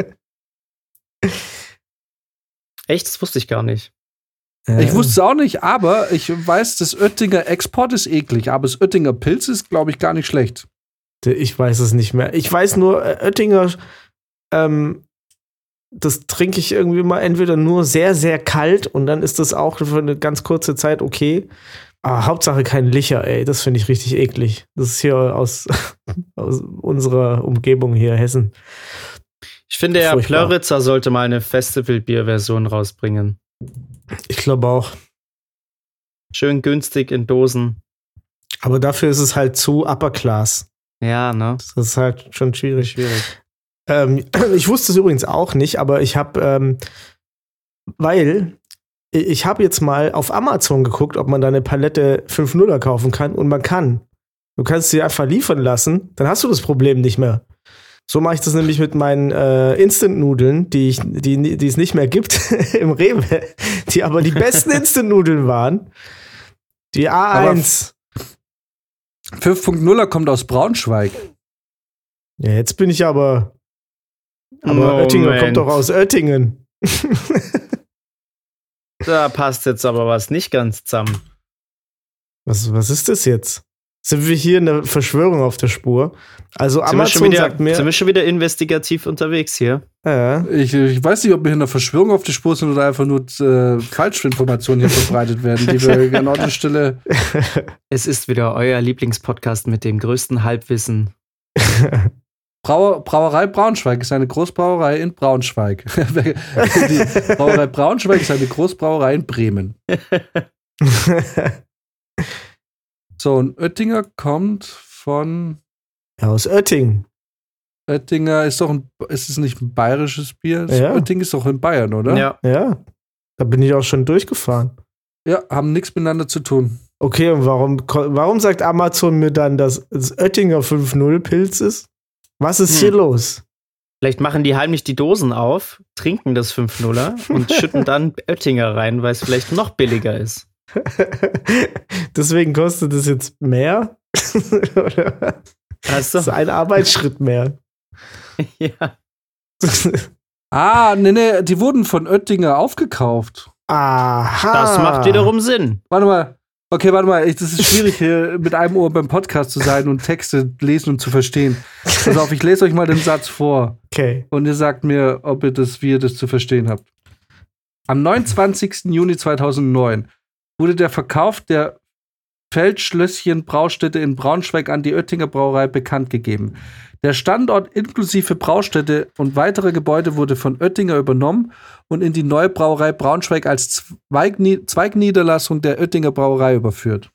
Echt? Das wusste ich gar nicht. Ich wusste es auch nicht, aber ich weiß, das Oettinger Export ist eklig, aber das Oettinger Pilz ist, glaube ich, gar nicht schlecht. Ich weiß es nicht mehr. Ich weiß nur, äh, Oettinger, ähm, das trinke ich irgendwie mal entweder nur sehr, sehr kalt und dann ist das auch für eine ganz kurze Zeit okay. Aber Hauptsache kein Licher, ey. Das finde ich richtig eklig. Das ist hier aus, aus unserer Umgebung hier, Hessen. Ich finde, ja, Furchtbar. Plöritzer sollte mal eine Festival-Bier-Version rausbringen. Ich glaube auch. Schön günstig in Dosen. Aber dafür ist es halt zu upper class. Ja, ne? Das ist halt schon schwierig. Schwierig. Ähm, ich wusste es übrigens auch nicht, aber ich habe, ähm, weil ich habe jetzt mal auf Amazon geguckt, ob man da eine Palette fünf nuller kaufen kann und man kann. Du kannst sie einfach liefern lassen, dann hast du das Problem nicht mehr. So mache ich das nämlich mit meinen äh, Instant-Nudeln, die, ich, die, die es nicht mehr gibt im Rewe, die aber die besten Instant-Nudeln waren. Die A eins. fünf Punkt null kommt aus Braunschweig. Ja, jetzt bin ich aber. Aber Oettinger kommt doch aus Oettingen. Da passt jetzt aber was nicht ganz zusammen. Was, was ist das jetzt? Sind wir hier eine Verschwörung auf der Spur? Also Sind wir, schon Amazon wieder, sagt mir. sind wir schon wieder investigativ unterwegs hier? Ja. Ich, ich weiß nicht, ob wir hier eine Verschwörung auf die Spur sind oder einfach nur äh, Falschinformationen hier verbreitet werden, die wir gerne an der Stelle. Es ist wieder euer Lieblingspodcast mit dem größten Halbwissen. Brauer, Brauerei Braunschweig ist eine Großbrauerei in Braunschweig. Die Brauerei Braunschweig ist eine Großbrauerei in Bremen. So, und Oettinger kommt von. Ja, aus Oettingen. Oettinger ist doch ein. Ist es nicht ein bayerisches Bier? Ja. Oettinger ist doch in Bayern, oder? Ja. Ja. Da bin ich auch schon durchgefahren. Ja, haben nichts miteinander zu tun. Okay, und warum, warum sagt Amazon mir dann, dass es Oettinger fünf null Pilz ist? Was ist Hm. hier los? Vielleicht machen die heimlich die Dosen auf, trinken das fünf nuller und schütten dann Oettinger rein, weil es vielleicht noch billiger ist. Deswegen kostet es jetzt mehr? Oder Also, ist ein Arbeitsschritt mehr? ja. Ah, nee, nee, die wurden von Oettinger aufgekauft. Aha. Das macht wiederum Sinn. Warte mal. Okay, warte mal. Ich, das ist schwierig, hier mit einem Ohr beim Podcast zu sein und Texte lesen und zu verstehen. Pass auf, ich lese euch mal den Satz vor. Okay. Und ihr sagt mir, ob ihr das, wie ihr das zu verstehen habt. Am neunundzwanzigsten Juni zweitausendneun wurde der Verkauf der Feldschlösschen Braustätte in Braunschweig an die Oettinger Brauerei bekannt gegeben. Der Standort inklusive Braustätte und weitere Gebäude wurde von Oettinger übernommen und in die neue Brauerei Braunschweig als Zweigni- Zweigniederlassung der Oettinger Brauerei überführt.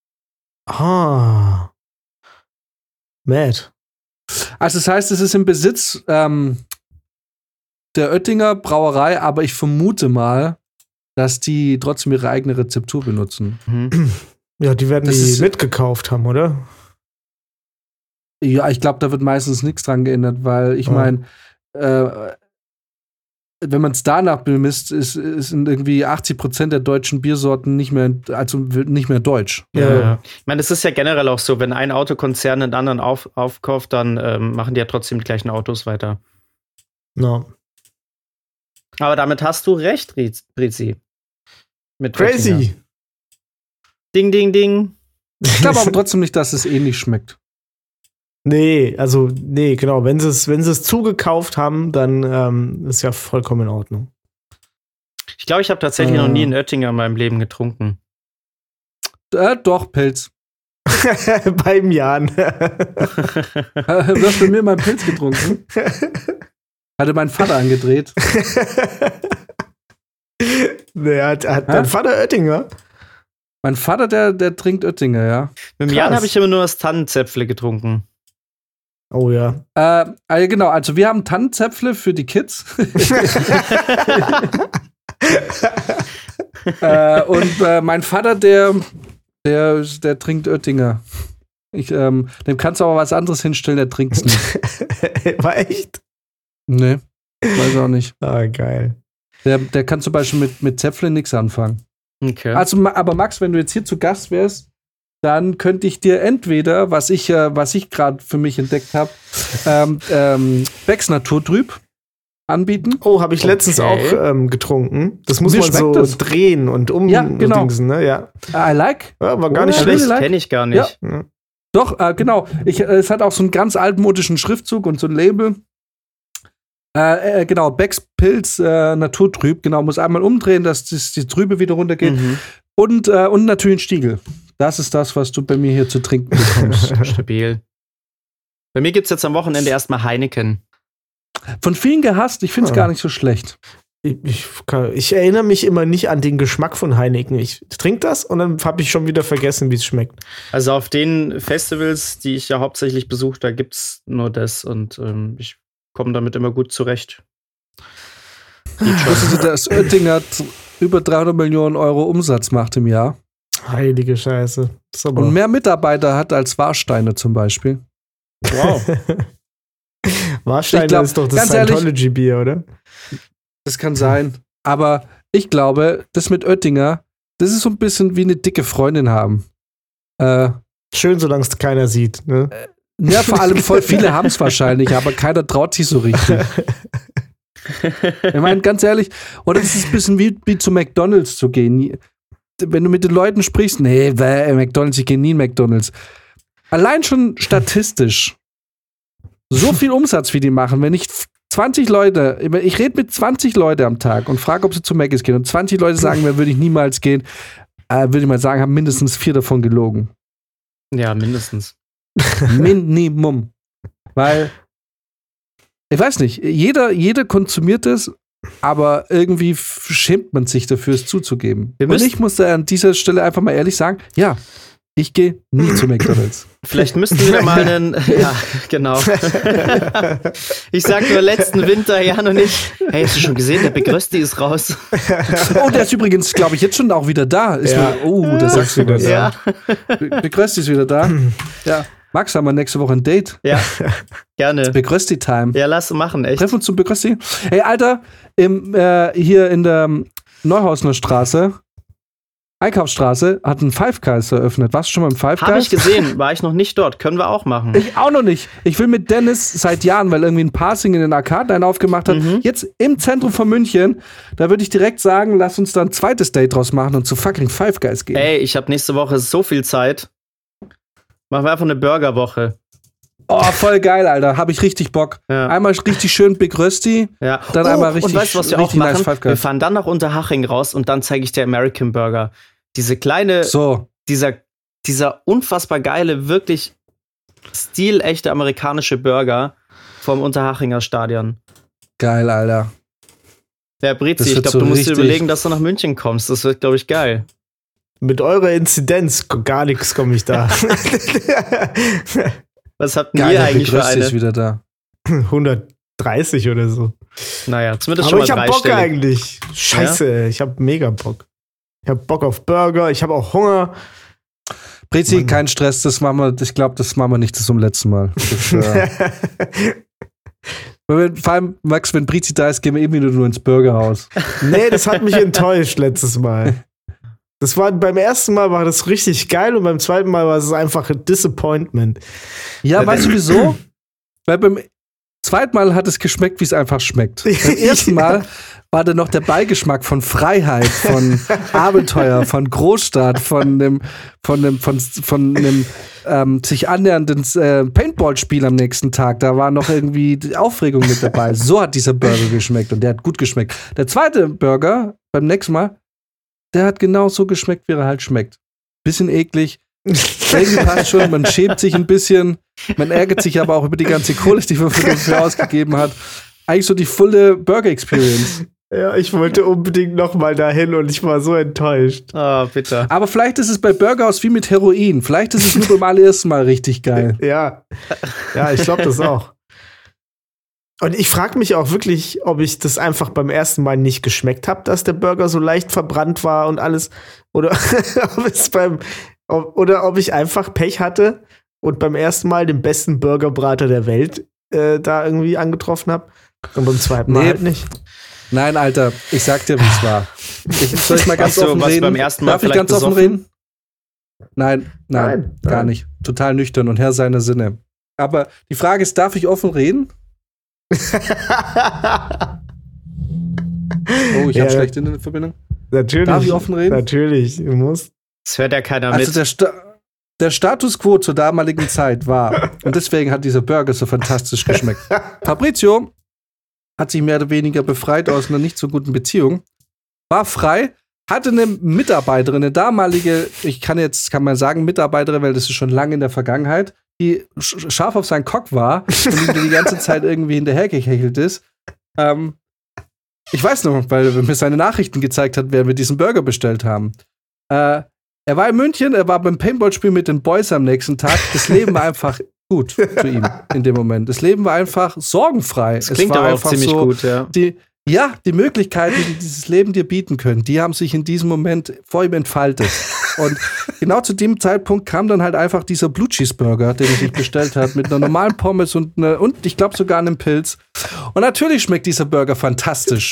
Ah. Mad. Also das heißt, es ist im Besitz ähm, der Oettinger Brauerei, aber ich vermute mal, dass die trotzdem ihre eigene Rezeptur benutzen. Mhm. Ja, die werden Das die ist- mitgekauft haben, oder? Ja, ich glaube, da wird meistens nichts dran geändert, weil ich Ja. meine, äh, wenn man es danach bemisst, ist, ist sind irgendwie achtzig Prozent der deutschen Biersorten nicht mehr, also nicht mehr deutsch. Ja. Ja. Ich meine, es ist ja generell auch so, wenn ein Autokonzern einen anderen auf, aufkauft, dann ähm, machen die ja trotzdem die gleichen Autos weiter. No. Aber damit hast du recht, Riz- Brizi. Mit Crazy. Oettinger. Ding, ding, ding. Ich glaube aber trotzdem nicht, dass es ähnlich schmeckt. Nee, also, nee, genau. Wenn sie es, wenn sie es zugekauft haben, dann ähm, ist ja vollkommen in Ordnung. Ich glaube, ich habe tatsächlich äh. noch nie einen Oettinger in meinem Leben getrunken. Äh, doch, Pilz. Beim Jan. Du hast bei mir mal einen Pilz getrunken. Hatte mein Vater angedreht. Nee, hat, hat dein Vater Oettinger? Mein Vater, der, der trinkt Oettinger, ja. Mit dem Jan habe ich immer nur das Tannenzäpfle getrunken. Oh ja. Äh, also genau, also wir haben Tannenzäpfle für die Kids. äh, und äh, mein Vater, der, der, der trinkt Oettinger. Ich, ähm, dem kannst du aber was anderes hinstellen, der trinkt's nicht. War echt? Nee, weiß auch nicht. Ah, geil. Der, der kann zum Beispiel mit, mit Zäpfle nichts anfangen. Okay. Also, aber Max, wenn du jetzt hier zu Gast wärst, dann könnte ich dir entweder, was ich, äh, was ich gerade für mich entdeckt habe, ähm, ähm, Becks Naturtrüb anbieten. Oh, habe ich letztens Okay. auch ähm, getrunken. Das muss Mir man so schmeckt das. drehen und um Ja, genau. dingsen, ne? Ja. I like. Ja, war gar nicht Oh, schlecht. really? Das kenne ich gar nicht. Ja. Doch, äh, genau. Ich, äh, es hat auch so einen ganz altmodischen Schriftzug und so ein Label. Äh, äh, genau, Becks Pilz äh, Naturtrüb. Genau, muss einmal umdrehen, dass das, die Trübe wieder runtergeht. Mhm. Und, äh, und natürlich ein Stiegel. Das ist das, was du bei mir hier zu trinken bekommst. Stabil. Bei mir gibt es jetzt am Wochenende erstmal Heineken. Von vielen gehasst, ich finde es Ah. gar nicht so schlecht. Ich, ich, kann- ich erinnere mich immer nicht an den Geschmack von Heineken. Ich trinke das und dann habe ich schon wieder vergessen, wie es schmeckt. Also auf den Festivals, die ich ja hauptsächlich besuche, da gibt es nur das und ähm, ich komme damit immer gut zurecht. Geht schon. Wusstest du, dass Oettinger t- über dreihundert Millionen Euro Umsatz macht im Jahr? Heilige Scheiße. Das ist aber Und mehr Mitarbeiter hat als Warsteiner zum Beispiel. Wow. Warsteiner Ich glaub, ist doch das ganz ehrlich- Scientology-Bier, oder? Das kann sein. Aber ich glaube, das mit Oettinger, das ist so ein bisschen wie eine dicke Freundin haben. Äh, Schön, solange es keiner sieht. Ne? ja, vor allem voll viele haben es wahrscheinlich, aber keiner traut sich so richtig. Ich meine, ganz ehrlich, oder es ist ein bisschen wie, wie zu McDonalds zu gehen. Wenn du mit den Leuten sprichst, nee, bäh, McDonalds, ich gehe nie in McDonalds. Allein schon statistisch. So viel Umsatz, wie die machen, wenn ich zwanzig Leute, ich rede mit zwanzig Leute am Tag und frage, ob sie zu Mc's gehen und zwanzig Leute sagen, da würde ich niemals gehen, äh, würde ich mal sagen, haben mindestens vier davon gelogen. Ja, mindestens. Minimum. Weil, ich weiß nicht, jeder, jeder konsumiert es, aber irgendwie f- schämt man sich dafür, es zuzugeben. Wir Und müssen- ich muss da an dieser Stelle einfach mal ehrlich sagen, ja, ich gehe nie zu McDonalds. Vielleicht müssten wir da mal einen. Ja, genau. Ich sag nur letzten Winter, Jan und ich. Hey, hast du schon gesehen, der Big Rösti ist raus. Oh, der ist übrigens, glaube ich, jetzt schon auch wieder da. Ist Ja. mir, oh, das sagst du wieder. Ja, Big Rösti ist wieder da. Ja. Max, haben wir nächste Woche ein Date. ja, gerne. Big Rösti Time. Ja, lass machen, echt. Treffen uns zum Big Rösti. Hey, Alter, im, äh, hier in der Neuhausner Straße, Einkaufsstraße, hat ein Five Guys eröffnet. Warst du schon mal im Five Guys? Habe ich gesehen, war ich noch nicht dort. Können wir auch machen. Ich auch noch nicht. Ich will mit Dennis seit Jahren, weil irgendwie ein Passing in den Arcaden einen aufgemacht hat. Mhm. Jetzt im Zentrum von München, da würde ich direkt sagen, lass uns da ein zweites Date draus machen und zu fucking Five Guys gehen. Ey, ich habe nächste Woche so viel Zeit. Machen wir einfach eine Burgerwoche. Oh, voll geil, Alter. Hab ich richtig Bock. Ja. Einmal richtig schön Big Rösti, Ja. dann Oh, einmal richtig, und weißt du, was wir auch richtig nice machen? Five Wir Guys. fahren dann nach Unterhaching raus und dann zeige ich dir American Burger. Diese kleine, So, dieser, dieser unfassbar geile, wirklich stilechte amerikanische Burger vom Unterhachinger Stadion. geil, Alter. Ja, Brezi, Das ich wird glaube, so du musst dir richtig- überlegen, dass du nach München kommst. Das wird, glaube ich, geil. Mit eurer Inzidenz, gar nichts komme ich da. Was habt Geil, ihr der eigentlich Big für Rösti ist eine? wieder da. hundertdreißig oder so. Naja, zumindest Aber schon ich mal hab Bock dreistellig. eigentlich. Scheiße, ich hab mega Bock. Ich hab Bock auf Burger, ich hab auch Hunger. Brezi, Mann. kein Stress, das machen wir, ich glaube, das machen wir nicht zum letzten Mal. Das, äh, Weil wir- vor allem, Max, wenn Brizi da ist, gehen wir eben wieder nur ins Burgerhaus. Nee, das hat mich enttäuscht letztes Mal. Das war beim ersten Mal war das richtig geil und beim zweiten Mal war es einfach ein Disappointment. Ja, weißt du wieso? Weil beim Zweitmal hat es geschmeckt, wie es einfach schmeckt. Beim ersten Mal war da noch der Beigeschmack von Freiheit, von Abenteuer, von Großstadt, von einem, von einem, von, von einem ähm, sich annähernden äh, Paintball-Spiel am nächsten Tag. Da war noch irgendwie die Aufregung mit dabei. So hat dieser Burger geschmeckt und der hat gut geschmeckt. Der zweite Burger beim nächsten Mal, der hat genau so geschmeckt, wie er halt schmeckt. Bisschen eklig. Irgendwie passt schon, man schämt sich ein bisschen, man ärgert sich aber auch über die ganze Kohle, die man dafür ausgegeben hat. Eigentlich so die volle Burger-Experience. Ja, ich wollte unbedingt noch mal dahin und ich war so enttäuscht. Ah, oh, bitte. Aber vielleicht ist es bei Burgerhaus wie mit Heroin. Vielleicht ist es nur beim allerersten Mal richtig geil. Ja, ja, ich glaube das auch. Und ich frage mich auch wirklich, ob ich das einfach beim ersten Mal nicht geschmeckt habe, dass der Burger so leicht verbrannt war und alles. Oder ob es beim ob, oder ob ich einfach Pech hatte und beim ersten Mal den besten Burgerbrater der Welt äh, da irgendwie angetroffen habe. Und beim zweiten Mal Nee. halt nicht. Nein, Alter, ich sag dir, wie es war. Ich, soll ich mal ganz Ach so, offen was reden? beim ersten Mal Darf ich vielleicht ganz offen besoffen? reden? Nein, nein, Nein, gar nein. nicht. Total nüchtern und Herr seiner Sinne. Aber die Frage ist, darf ich offen reden? Oh, ich Ja, habe schlecht in der Verbindung. Natürlich. Darf ich offen reden? Natürlich, du musst. Das hört ja keiner Also mit. der, Sta der Status quo zur damaligen Zeit war, und deswegen hat dieser Burger so fantastisch geschmeckt. Fabrizio hat sich mehr oder weniger befreit aus einer nicht so guten Beziehung, war frei, hatte eine Mitarbeiterin, eine damalige, ich kann jetzt, kann man sagen Mitarbeiterin, weil das ist schon lange in der Vergangenheit, die sch scharf auf seinen Cock war und ihm die ganze Zeit irgendwie hinterhergehechelt ist. Ähm, ich weiß noch, weil er mir seine Nachrichten gezeigt hat, wer wir diesen Burger bestellt haben. Äh, er war in München, er war beim Paintball-Spiel mit den Boys am nächsten Tag. Das Leben war einfach gut für ihn in dem Moment. Das Leben war einfach sorgenfrei. Das klingt es war aber auch einfach ziemlich so, gut, ja. Die, ja, die Möglichkeiten, die dieses Leben dir bieten können, die haben sich in diesem Moment vor ihm entfaltet. Und genau zu dem Zeitpunkt kam dann halt einfach dieser Blue Cheeseburger, den er sich bestellt hat, mit einer normalen Pommes und, eine, und ich glaube sogar einem Pilz. Und natürlich schmeckt dieser Burger fantastisch.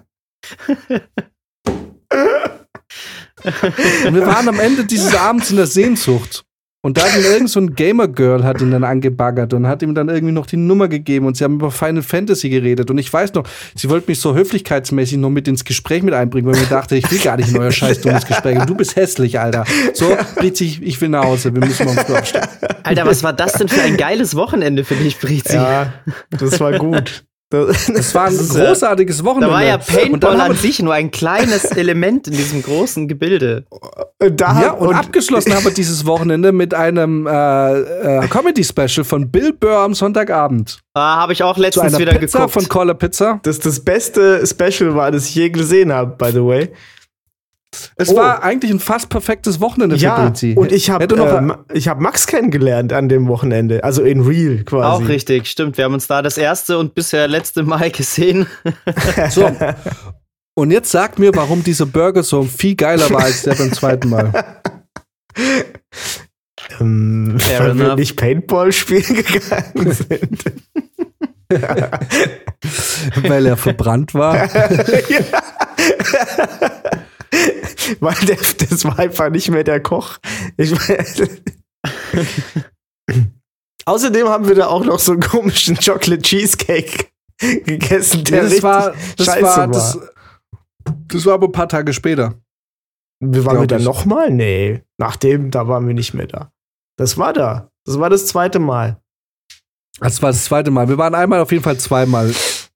Und wir waren am Ende dieses Abends in der Sehnsucht. Und da hat ihm irgend so ein Gamer-Girl hat ihn dann angebaggert und hat ihm dann irgendwie noch die Nummer gegeben und sie haben über Final Fantasy geredet. Und ich weiß noch, sie wollte mich so höflichkeitsmäßig noch mit ins Gespräch mit einbringen, weil ich mir dachte, ich will gar nicht in euer scheiß dummes Gespräch. Und du bist hässlich, Alter. So, Brizi, ich, ich will nach Hause. Wir müssen mal uns aufstehen. Alter, was war das denn für ein geiles Wochenende für dich, Brizi? Ja, das war gut. Das war ein Das ist, großartiges Wochenende. Da war ja Und dann Paintball haben an sich nur ein kleines Element in diesem großen Gebilde. Da Ja, und, und abgeschlossen haben wir dieses Wochenende mit einem äh, äh, Comedy-Special von Bill Burr am Sonntagabend. Ah, habe ich auch Zu letztens einer wieder Pizza geguckt. von Caller Pizza. Das das beste Special war, das ich je gesehen habe, by the way. Es Oh. war eigentlich ein fast perfektes Wochenende für Ja, Brizi. und ich habe Hätte noch- ähm, ich hab Max kennengelernt an dem Wochenende, also in real quasi. Auch richtig, stimmt. Wir haben uns da das erste und bisher letzte Mal gesehen. So. Und jetzt sag mir, warum dieser Burger so viel geiler war als der beim zweiten Mal. Ähm, Fair weil wir enough. nicht Paintball spielen gegangen sind. Weil er verbrannt war. Weil der, das war einfach nicht mehr der Koch. Ich mein, Außerdem haben wir da auch noch so einen komischen Chocolate Cheesecake gegessen, der Nee, das richtig war, das scheiße war, war. das, das war aber ein paar Tage später. wir waren glaub wir da ich. nochmal? Nee, nachdem, da waren wir nicht mehr da. Das war da. Das war das zweite Mal. Das war das zweite Mal. Wir waren einmal, auf jeden Fall zweimal.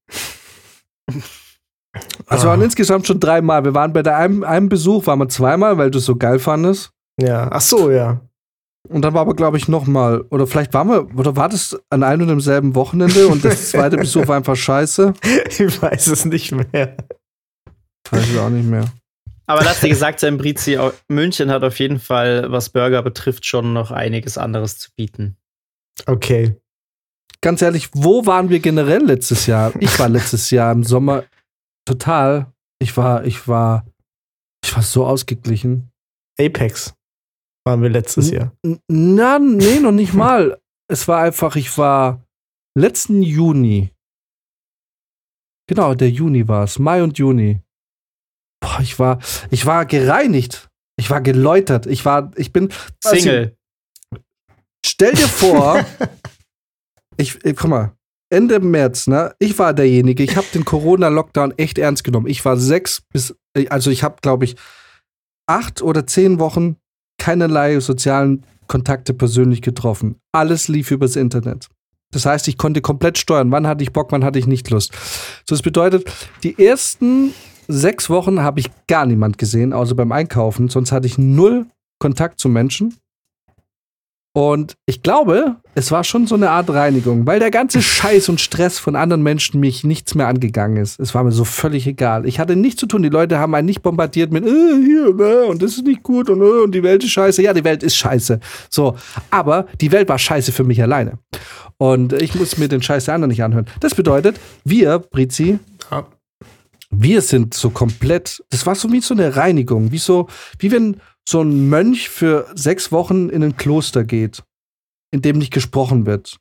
Also Ah. waren insgesamt schon dreimal. Wir waren bei der einem, einem Besuch, waren wir zweimal, weil du es so geil fandest. Ja, ach so, ja. Und dann war aber, glaube ich, nochmal. Oder vielleicht waren wir, oder war das an einem und demselben Wochenende und das zweite Besuch war einfach scheiße? Ich weiß es nicht mehr. Weiß ich auch nicht mehr. Aber lass dir gesagt sein, Brizi, au- München hat auf jeden Fall, was Burger betrifft, schon noch einiges anderes zu bieten. Okay. Ganz ehrlich, wo waren wir generell letztes Jahr? Ich war letztes Jahr im Sommer total. Ich war, ich war, ich war so ausgeglichen. Apex waren wir letztes Jahr. N- Na, nee, noch nicht mal. Es war einfach, ich war letzten Juni. Genau, der Juni war es. Mai und Juni. Boah, ich war, ich war gereinigt. Ich war geläutert. Ich war, ich bin. Single. Stell dir vor, ich, ich, guck mal, Ende März, ne, ich war derjenige, ich habe den Corona-Lockdown echt ernst genommen. Ich war sechs bis, also ich habe, glaube ich, acht oder zehn Wochen keinerlei sozialen Kontakte persönlich getroffen. Alles lief übers Internet. Das heißt, ich konnte komplett steuern, wann hatte ich Bock, wann hatte ich nicht Lust. So, das bedeutet, die ersten sechs Wochen habe ich gar niemand gesehen, außer beim Einkaufen. Sonst hatte ich null Kontakt zu Menschen. Und ich glaube, es war schon so eine Art Reinigung, weil der ganze Scheiß und Stress von anderen Menschen mich nichts mehr angegangen ist. Es war mir so völlig egal. Ich hatte nichts zu tun. Die Leute haben einen nicht bombardiert mit, äh, hier, äh, und das ist nicht gut und, äh, und die Welt ist scheiße. Ja, die Welt ist scheiße. So, aber die Welt war scheiße für mich alleine. Und ich muss mir den Scheiß der anderen nicht anhören. Das bedeutet, wir, Brizi, Ja. wir sind so komplett, das war so wie so eine Reinigung, wie so, wie wenn so ein Mönch für sechs Wochen in ein Kloster geht, in dem nicht gesprochen wird.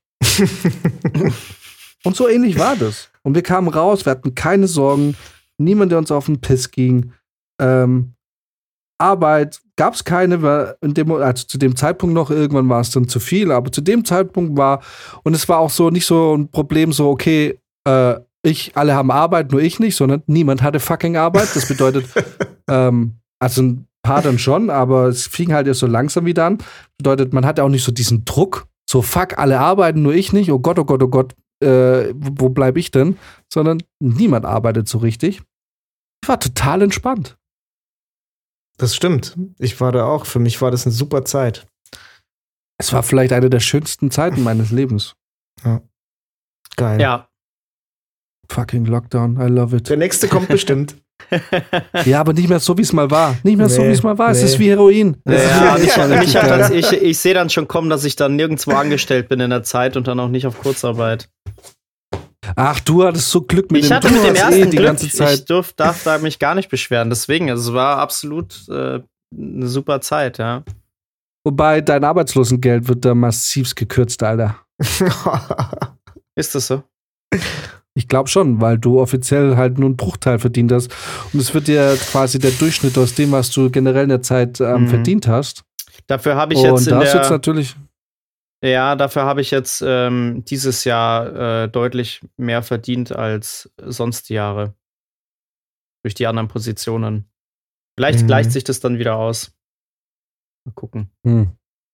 Und so ähnlich war das. Und wir kamen raus, wir hatten keine Sorgen, niemand, der uns auf den Piss ging. Ähm, Arbeit gab es keine, weil in dem, also zu dem Zeitpunkt noch, irgendwann war es dann zu viel, aber zu dem Zeitpunkt war, und es war auch so nicht so ein Problem, so, okay, äh, ich, alle haben Arbeit, nur ich nicht, sondern niemand hatte fucking Arbeit. Das bedeutet, ähm, also ein paar dann schon, aber es fing halt erst so langsam wieder an. Bedeutet, man hatte auch nicht so diesen Druck, so fuck, alle arbeiten, nur ich nicht, oh Gott, oh Gott, oh Gott, äh, wo bleib ich denn? Sondern niemand arbeitet so richtig. Ich war total entspannt. Das stimmt. Ich war da auch. Für mich war das eine super Zeit. Es war vielleicht eine der schönsten Zeiten meines Lebens. Ja. Geil. Ja. Fucking Lockdown, I love it. Der nächste kommt bestimmt. Ja, aber nicht mehr so, wie es mal war. Nicht mehr so, Nee, wie es mal war. Es nee. ist wie Heroin. Es ist Ja, wie- ich, es war ich, richtig hab geil. dann, ich, ich sehe dann schon kommen, dass ich dann nirgendwo angestellt bin in der Zeit und dann auch nicht auf Kurzarbeit. Ach, du hattest so Glück mit Ich dem hatte du mit dem hast ersten eh die Glück, ganze Zeit. ich durf, darf da mich gar nicht beschweren. Deswegen, also es war absolut äh, eine super Zeit, ja. Wobei dein Arbeitslosengeld wird da massivst gekürzt, Alter. Ist das so? Ich glaube schon, weil du offiziell halt nur einen Bruchteil verdient hast. Und es wird dir quasi der Durchschnitt aus dem, was du generell in der Zeit ähm, Mhm. verdient hast. Dafür habe ich Und jetzt in da hast du jetzt der, natürlich. ja, dafür habe ich jetzt ähm, dieses Jahr äh, deutlich mehr verdient als sonst die Jahre. Durch die anderen Positionen. Vielleicht Mhm. gleicht sich das dann wieder aus. Mal gucken. Hm.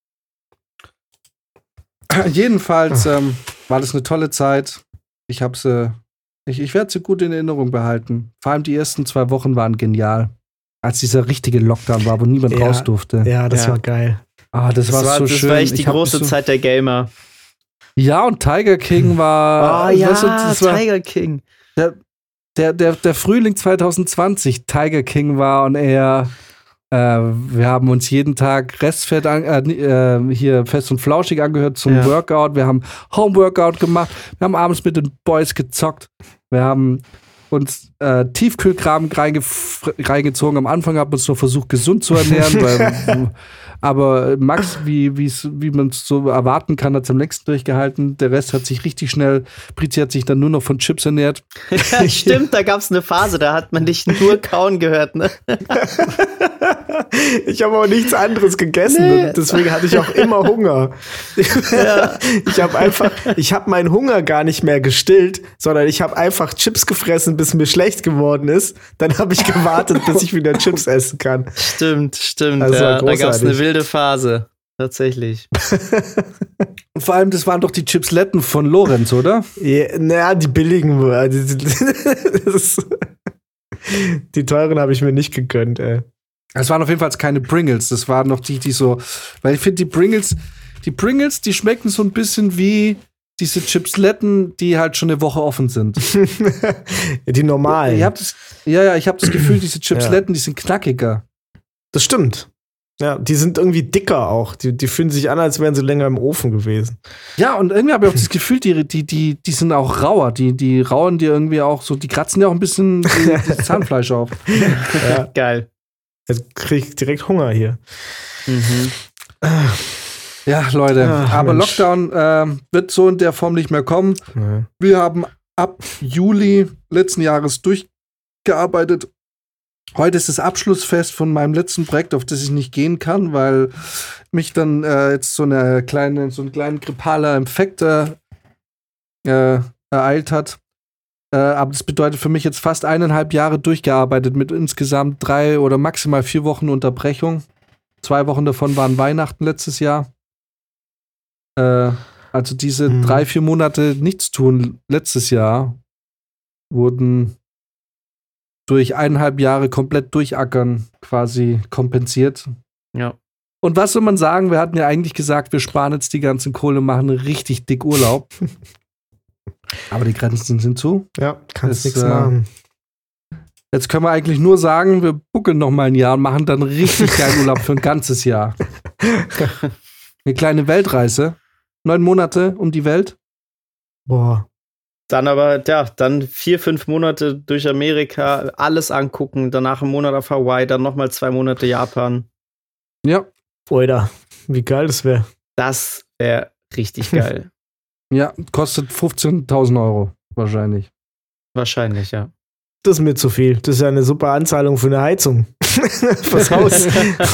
Jedenfalls ähm, war das eine tolle Zeit. Ich habe sie, ich, ich werde sie gut in Erinnerung behalten. Vor allem die ersten zwei Wochen waren genial. Als dieser richtige Lockdown war, wo niemand Ja. raus durfte. Ja, das Ja. war geil. Ah, das, Das war, war, so das schön. war echt die Ich hab große mich so, Zeit der Gamer. Ja, und Tiger King war. Oh ja, weißt du, das war Tiger King. der, der, der, der Frühling zwanzig zwanzig. Tiger King war und er. Äh, wir haben uns jeden Tag Restfett an, äh, äh, hier fest und flauschig angehört zum Ja. Workout. Wir haben Homeworkout gemacht. Wir haben abends mit den Boys gezockt. Wir haben uns äh, Tiefkühlkram reingef- reingezogen. Am Anfang haben wir uns noch versucht, gesund zu ernähren. weil, aber Max, wie, wie's, wie man es so erwarten kann, hat es am längsten durchgehalten. Der Rest hat sich richtig schnell, Brizi hat sich dann nur noch von Chips ernährt. Ja, stimmt, da gab es eine Phase, da hat man dich nur kauen gehört, ne? Ich habe auch nichts anderes gegessen. Nee. Und deswegen hatte ich auch immer Hunger. Ja. Ich habe einfach, ich habe meinen Hunger gar nicht mehr gestillt, sondern ich habe einfach Chips gefressen, bis mir schlecht geworden ist. Dann habe ich gewartet, bis ich wieder Chips essen kann. Stimmt, stimmt. Das war Ja, da gab es großartig. eine wilde Phase. Tatsächlich. Und vor allem, das waren doch die Chipsletten von Lorenz, oder? Ja, naja, die billigen, äh, die, die, das ist, die teuren habe ich mir nicht gegönnt, ey. Es waren auf jeden Fall keine Pringles. Das waren noch die, die so. Weil ich finde, die Pringles, die Pringles, die schmecken so ein bisschen wie diese Chipsletten, die halt schon eine Woche offen sind. Die normalen. Ich hab das, ja, ja, ich habe das Gefühl, diese Chipsletten, die sind knackiger. Das stimmt. Ja, die sind irgendwie dicker auch. Die, die fühlen sich an, als wären sie länger im Ofen gewesen. Ja, und irgendwie habe ich auch das Gefühl, die, die, die, die sind auch rauer. Die, die rauen dir irgendwie auch so, die kratzen dir auch ein bisschen die, das Zahnfleisch auf. Ja, Geil. jetzt krieg ich direkt Hunger hier. Mhm. Ja, Leute, Ach, aber Mensch. Lockdown ähm, wird so in der Form nicht mehr kommen. Ja. Wir haben ab Juli letzten Jahres durchgearbeitet. Heute ist das Abschlussfest von meinem letzten Projekt, auf das ich nicht gehen kann, weil mich dann äh, jetzt so eine kleine, so ein kleiner grippaler Infekt äh, äh, ereilt hat. Äh, aber das bedeutet für mich jetzt fast eineinhalb Jahre durchgearbeitet mit insgesamt drei oder maximal vier Wochen Unterbrechung. Zwei Wochen davon waren Weihnachten letztes Jahr. Äh, also diese mhm. drei, vier Monate Nichtstun letztes Jahr wurden durch eineinhalb Jahre komplett durchackern quasi kompensiert. Ja. Und was soll man sagen? Wir hatten ja eigentlich gesagt, wir sparen jetzt die ganzen Kohle, machen richtig dick Urlaub. Aber die Grenzen sind zu. Ja, kannst nichts äh, machen. Jetzt können wir eigentlich nur sagen, wir buckeln noch mal ein Jahr und machen dann richtig geilen Urlaub für ein ganzes Jahr. Eine kleine Weltreise. Neun Monate um die Welt. Boah. Dann aber, ja, dann vier, fünf Monate durch Amerika, alles angucken, danach einen Monat auf Hawaii, dann nochmal zwei Monate Japan. Ja. Alter, wie geil das wäre. Das wäre richtig geil. Ja, kostet fünfzehntausend Euro wahrscheinlich. Wahrscheinlich, ja. Das ist mir zu viel. Das ist ja eine super Anzahlung für eine Heizung. Fürs Haus.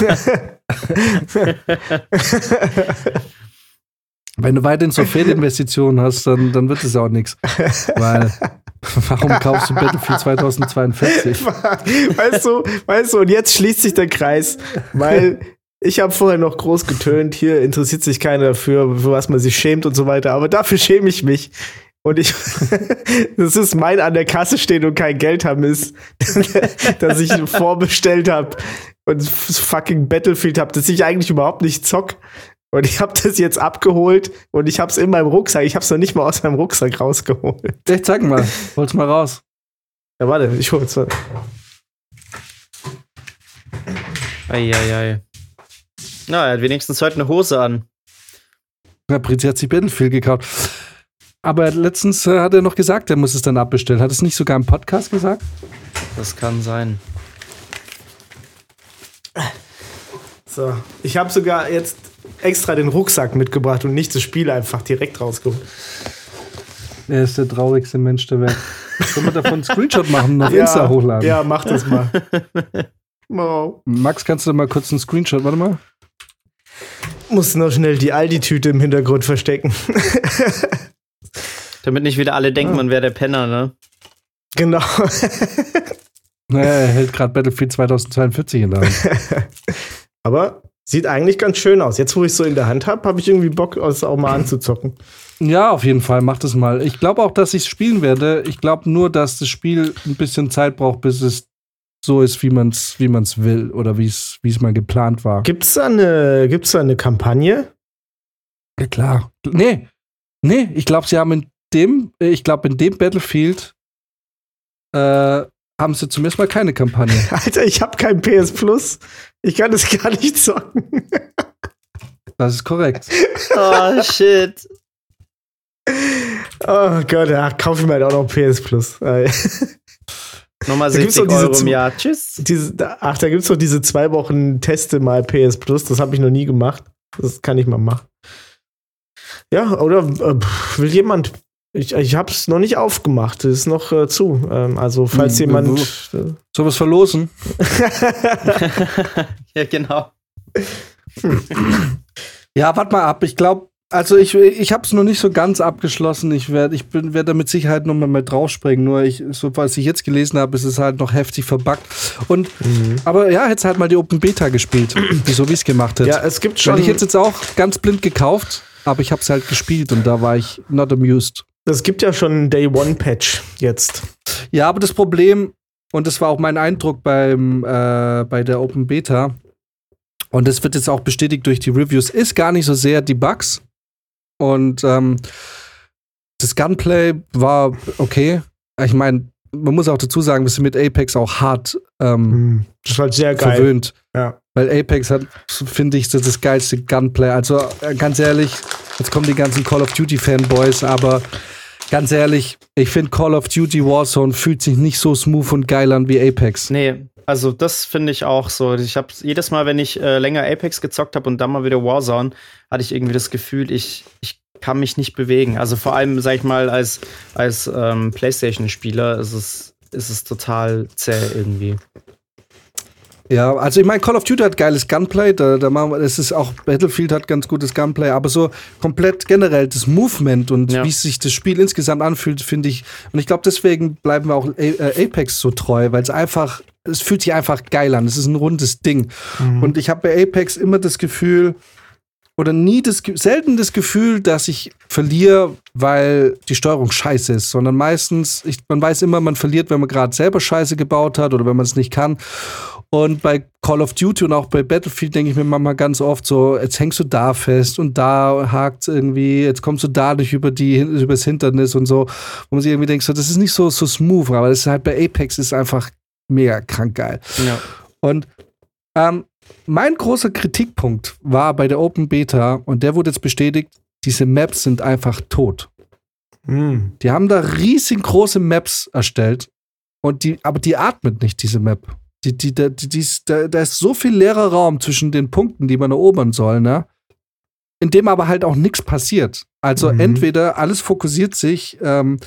Wenn du weiterhin so Fehlinvestitionen hast, dann, dann wird es auch nichts. Weil, warum kaufst du Battlefield zweitausendzweiundvierzig? Weißt du, weißt du, und jetzt schließt sich der Kreis, weil ich habe vorher noch groß getönt, hier interessiert sich keiner dafür, für was man sich schämt und so weiter, aber dafür schäme ich mich. Und ich, das ist mein an der Kasse stehen und kein Geld haben ist, dass ich vorbestellt habe und fucking Battlefield habe, das ich eigentlich überhaupt nicht zock. Und ich habe das jetzt abgeholt und ich habe es in meinem Rucksack. Ich habe es noch nicht mal aus meinem Rucksack rausgeholt. Ich zeig mal. Hol's mal raus. Ja, warte, ich hol's mal. Eieiei. Na, er hat wenigstens heute eine Hose an. Ja, Prinzi hat sich Battlefield gekauft. Aber letztens äh, hat er noch gesagt, er muss es dann abbestellen. Hat es nicht sogar im Podcast gesagt? Das kann sein. So, ich habe sogar jetzt extra den Rucksack mitgebracht und nicht das Spiel einfach direkt rausgeholt. Er ist der traurigste Mensch der Welt. Sollen wir davon einen Screenshot machen und auf ja, Insta hochladen? Ja, mach das mal. Wow. Max, kannst du mal kurz einen Screenshot, warte mal. Muss noch schnell die Aldi-Tüte im Hintergrund verstecken. Damit nicht wieder alle denken, ah. man wäre der Penner, ne? Genau. Naja, er hält gerade Battlefield zweitausendzweiundvierzig in der Hand. Aber sieht eigentlich ganz schön aus. Jetzt, wo ich es so in der Hand habe, habe ich irgendwie Bock, es auch mal anzuzocken. Ja, auf jeden Fall, mach das mal. Ich glaube auch, dass ich es spielen werde. Ich glaube nur, dass das Spiel ein bisschen Zeit braucht, bis es so ist, wie man es wie man's will oder wie es mal geplant war. Gibt's da eine, gibt's da eine Kampagne? Ja, klar. Nee, nee, ich glaube, sie haben in dem, ich glaube, in dem Battlefield äh, haben sie zumindest mal keine Kampagne. Alter, ich habe kein P S Plus. Ich kann das gar nicht zocken. Das ist korrekt. Oh, shit. Oh Gott, ja, kauf ich mir halt auch noch P S Plus. Nochmal sechzig Euro im Jahr. Tschüss. Diese, ach, da gibt's doch diese zwei Wochen Teste mal P S Plus. Das habe ich noch nie gemacht. Das kann ich mal machen. Ja, oder äh, will jemand... Ich, ich habe es noch nicht aufgemacht. Es ist noch äh, zu. Ähm, also, falls hm, jemand. Äh, Soll was verlosen? Ja, genau. Ja, warte mal ab. Ich glaube, also ich, ich habe es noch nicht so ganz abgeschlossen. Ich werde ich werde da mit Sicherheit noch mal, mal draufspringen. Nur, ich, so was ich jetzt gelesen habe, ist es halt noch heftig verbuggt. Und, mhm. Aber ja, hätte halt mal die Open Beta gespielt. Wieso, wie es gemacht hat. Ja, es gibt schon. Weil ich jetzt jetzt auch ganz blind gekauft, aber ich habe es halt gespielt und da war ich not amused. Es gibt ja schon einen Day-One-Patch jetzt. Ja, aber das Problem, und das war auch mein Eindruck beim, äh, bei der Open Beta, und das wird jetzt auch bestätigt durch die Reviews, ist gar nicht so sehr die Bugs. Und ähm, das Gunplay war okay. Ich meine, man muss auch dazu sagen, wir sind mit Apex auch hart ähm, das ist halt sehr geil. verwöhnt. Ja. Weil Apex hat, finde ich, das, das geilste Gunplay. Also äh, ganz ehrlich, jetzt kommen die ganzen Call of Duty Fanboys, aber ganz ehrlich, ich finde Call of Duty Warzone fühlt sich nicht so smooth und geil an wie Apex. Nee, also das finde ich auch so. Ich habe jedes Mal, wenn ich äh, länger Apex gezockt habe und dann mal wieder Warzone, hatte ich irgendwie das Gefühl, ich, ich kann mich nicht bewegen. Also vor allem, sag ich mal, als, als ähm, PlayStation-Spieler ist es, ist es total zäh irgendwie. Ja, also ich meine, Call of Duty hat geiles Gunplay, da, da machen wir, es ist auch, Battlefield hat ganz gutes Gunplay, aber so komplett generell das Movement und ja. wie sich das Spiel insgesamt anfühlt, finde ich, und ich glaube, deswegen bleiben wir auch Apex so treu, weil es einfach, es fühlt sich einfach geil an, es ist ein rundes Ding. Mhm. Und ich habe bei Apex immer das Gefühl, oder nie das, selten das Gefühl, dass ich verliere, weil die Steuerung scheiße ist, sondern meistens, ich, man weiß immer, man verliert, wenn man gerade selber Scheiße gebaut hat oder wenn man es nicht kann. Und bei Call of Duty und auch bei Battlefield denke ich mir manchmal ganz oft so, jetzt hängst du da fest und da hakt irgendwie, jetzt kommst du da nicht über die, übers Hindernis und so, wo man sich irgendwie denkt, so, das ist nicht so, so smooth, aber das ist halt bei Apex ist einfach mega krank geil. Ja. Und ähm, mein großer Kritikpunkt war bei der Open Beta, und der wurde jetzt bestätigt, diese Maps sind einfach tot. Mm. Die haben da riesig große Maps erstellt, und die, aber die atmet nicht, diese Map. Die, die, die, die, die ist, da, da ist so viel leerer Raum zwischen den Punkten, die man erobern soll, ne? In dem aber halt auch nichts passiert. Also mhm. entweder alles fokussiert sich ähm,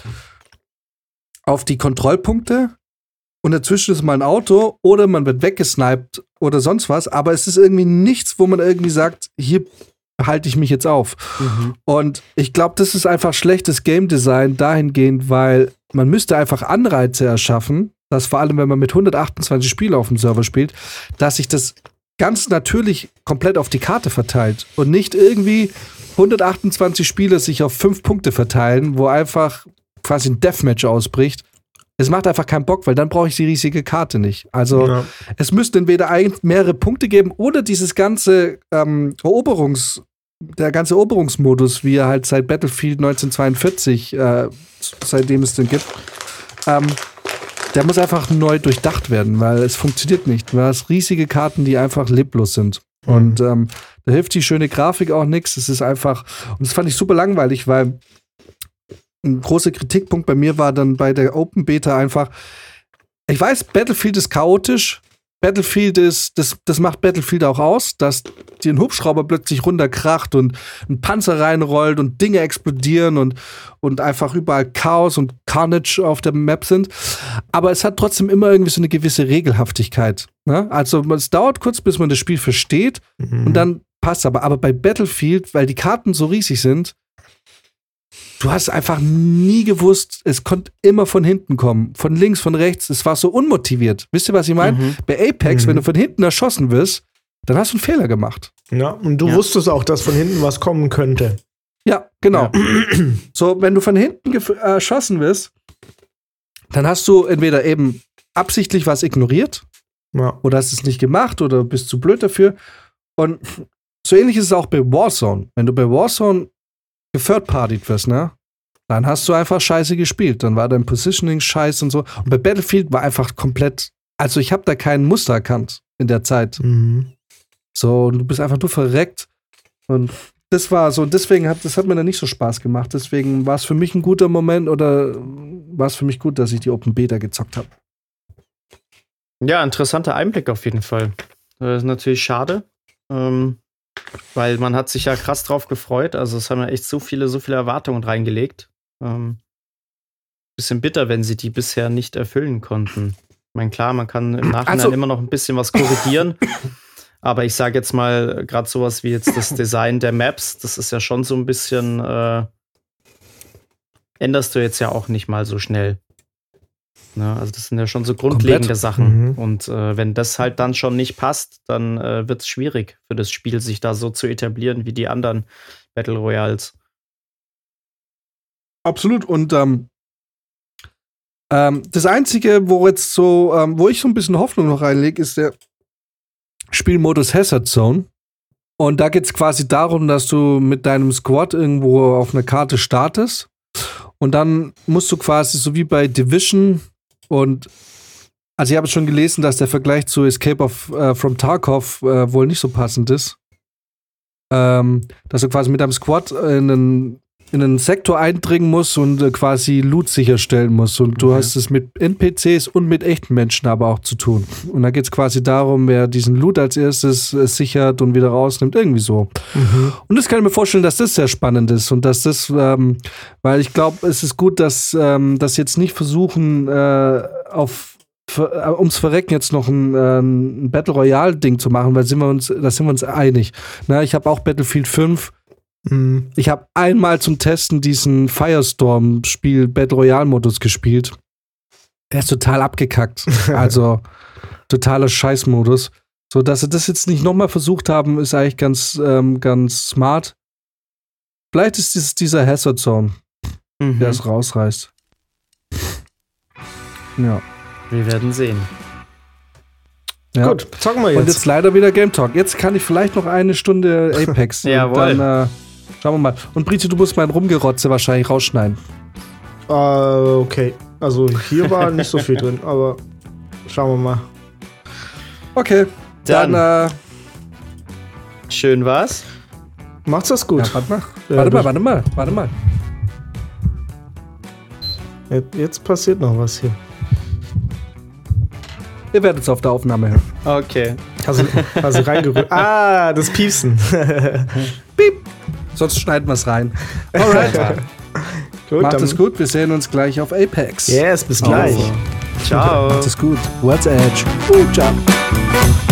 auf die Kontrollpunkte und dazwischen ist mal ein Auto oder man wird weggesniped oder sonst was, aber es ist irgendwie nichts, wo man irgendwie sagt, hier halte ich mich jetzt auf. Mhm. Und ich glaube, das ist einfach schlechtes Game Design dahingehend, weil man müsste einfach Anreize erschaffen, dass vor allem, wenn man mit hundertachtundzwanzig Spielen auf dem Server spielt, dass sich das ganz natürlich komplett auf die Karte verteilt und nicht irgendwie hundertachtundzwanzig Spieler sich auf fünf Punkte verteilen, wo einfach quasi ein Deathmatch ausbricht. Es macht einfach keinen Bock, weil dann brauche ich die riesige Karte nicht. Also ja. es müsste entweder mehrere Punkte geben oder dieses ganze ähm, Eroberungs- der ganze Eroberungsmodus, wie er halt seit Battlefield neunzehnhundertzweiundvierzig, äh, seitdem es den gibt, ähm, der muss einfach neu durchdacht werden, weil es funktioniert nicht. Du hast riesige Karten, die einfach leblos sind. Mhm. Und ähm, da hilft die schöne Grafik auch nichts. Es ist einfach, und das fand ich super langweilig, weil ein großer Kritikpunkt bei mir war dann bei der Open Beta einfach, ich weiß, Battlefield ist chaotisch. Battlefield ist, das, das macht Battlefield auch aus, dass dir ein Hubschrauber plötzlich runterkracht und ein Panzer reinrollt und Dinge explodieren und, und einfach überall Chaos und Carnage auf der Map sind. Aber es hat trotzdem immer irgendwie so eine gewisse Regelhaftigkeit. Ne? Also es dauert kurz, bis man das Spiel versteht mhm. und dann passt es. Aber, aber bei Battlefield, weil die Karten so riesig sind, du hast einfach nie gewusst, es konnte immer von hinten kommen. Von links, von rechts. Es war so unmotiviert. Wisst ihr, was ich meine? Mhm. Bei Apex, mhm. wenn du von hinten erschossen wirst, dann hast du einen Fehler gemacht. Ja, und du ja. wusstest auch, dass von hinten was kommen könnte. Ja, genau. Ja. So, wenn du von hinten gef- äh, erschossen wirst, dann hast du entweder eben absichtlich was ignoriert ja. oder hast es nicht gemacht oder bist zu blöd dafür. Und so ähnlich ist es auch bei Warzone. Wenn du bei Warzone gethird-partied wirst, ne? Dann hast du einfach scheiße gespielt. Dann war dein Positioning scheiße und so. Und bei Battlefield war einfach komplett, also ich habe da kein Muster erkannt in der Zeit. Mhm. So, und du bist einfach nur verreckt. Und das war so, deswegen hat, das hat mir dann nicht so Spaß gemacht. Deswegen war es für mich ein guter Moment oder war es für mich gut, dass ich die Open Beta gezockt habe. Ja, interessanter Einblick auf jeden Fall. Das ist natürlich schade. Ähm Weil man hat sich ja krass drauf gefreut. Also es haben ja echt so viele, so viele Erwartungen reingelegt. Ähm, bisschen bitter, wenn sie die bisher nicht erfüllen konnten. Ich meine, klar, man kann im Nachhinein also immer noch ein bisschen was korrigieren. Aber ich sage jetzt mal, gerade sowas wie jetzt das Design der Maps, das ist ja schon so ein bisschen, äh, änderst du jetzt ja auch nicht mal so schnell. Ne? Also das sind ja schon so grundlegende Komplett. Sachen. Mhm. Und äh, wenn das halt dann schon nicht passt, dann äh, wird es schwierig für das Spiel, sich da so zu etablieren wie die anderen Battle Royals. Absolut. Und ähm, ähm, das Einzige, wo jetzt so, ähm, wo ich so ein bisschen Hoffnung noch reinlege, ist der Spielmodus Hazard Zone. Und da geht es quasi darum, dass du mit deinem Squad irgendwo auf einer Karte startest. Und dann musst du quasi, so wie bei Division und, also ich habe schon gelesen, dass der Vergleich zu Escape of, äh, from Tarkov äh, wohl nicht so passend ist. Ähm, dass du quasi mit deinem Squad in einen, in einen Sektor eindringen musst und äh, quasi Loot sicherstellen musst. Und du okay. hast es mit N P Cs und mit echten Menschen aber auch zu tun. Und da geht es quasi darum, wer diesen Loot als erstes äh, sichert und wieder rausnimmt. Irgendwie so. Mhm. Und das kann ich mir vorstellen, dass das sehr spannend ist. Und dass das, ähm, weil ich glaube, es ist gut, dass ähm, das jetzt nicht versuchen, äh, auf für, ums Verrecken jetzt noch ein, äh, ein Battle Royale-Ding zu machen, weil sind wir uns, da sind wir uns einig. Na, ich habe auch Battlefield fünf. Mhm. Ich habe einmal zum Testen diesen Firestorm-Spiel Battle Royale-Modus gespielt. Der ist total abgekackt. Also totaler Scheißmodus. So, dass sie das jetzt nicht nochmal versucht haben, ist eigentlich ganz, ähm, ganz smart. Vielleicht ist es dieser Hazard Zone, Mhm. der es rausreißt. Ja. Wir werden sehen. ja. Gut, zocken wir Und jetzt. jetzt leider wieder Game Talk. Jetzt kann ich vielleicht noch eine Stunde Apex. und Jawohl. dann äh, schauen wir mal. Und Brizi, du musst mein Rumgerotze wahrscheinlich rausschneiden. Äh, okay. Also hier war nicht so viel drin, aber schauen wir mal. Okay. Dann, Dann. äh, Schön war's. Macht's das gut. ja, warte mal. Ja, warte du- mal, warte mal, warte mal. Jetzt, jetzt passiert noch was hier. Ihr werdet es auf der Aufnahme hören. Okay. Hast du, hast du reingerührt? Ah, das Piepsen. Piep. Sonst schneiden wir es rein. Alright. Gut, Macht dann- es gut. Wir sehen uns gleich auf Apex. Yes, bis gleich. Ciao. Macht es gut. What's Edge? Uh, ciao.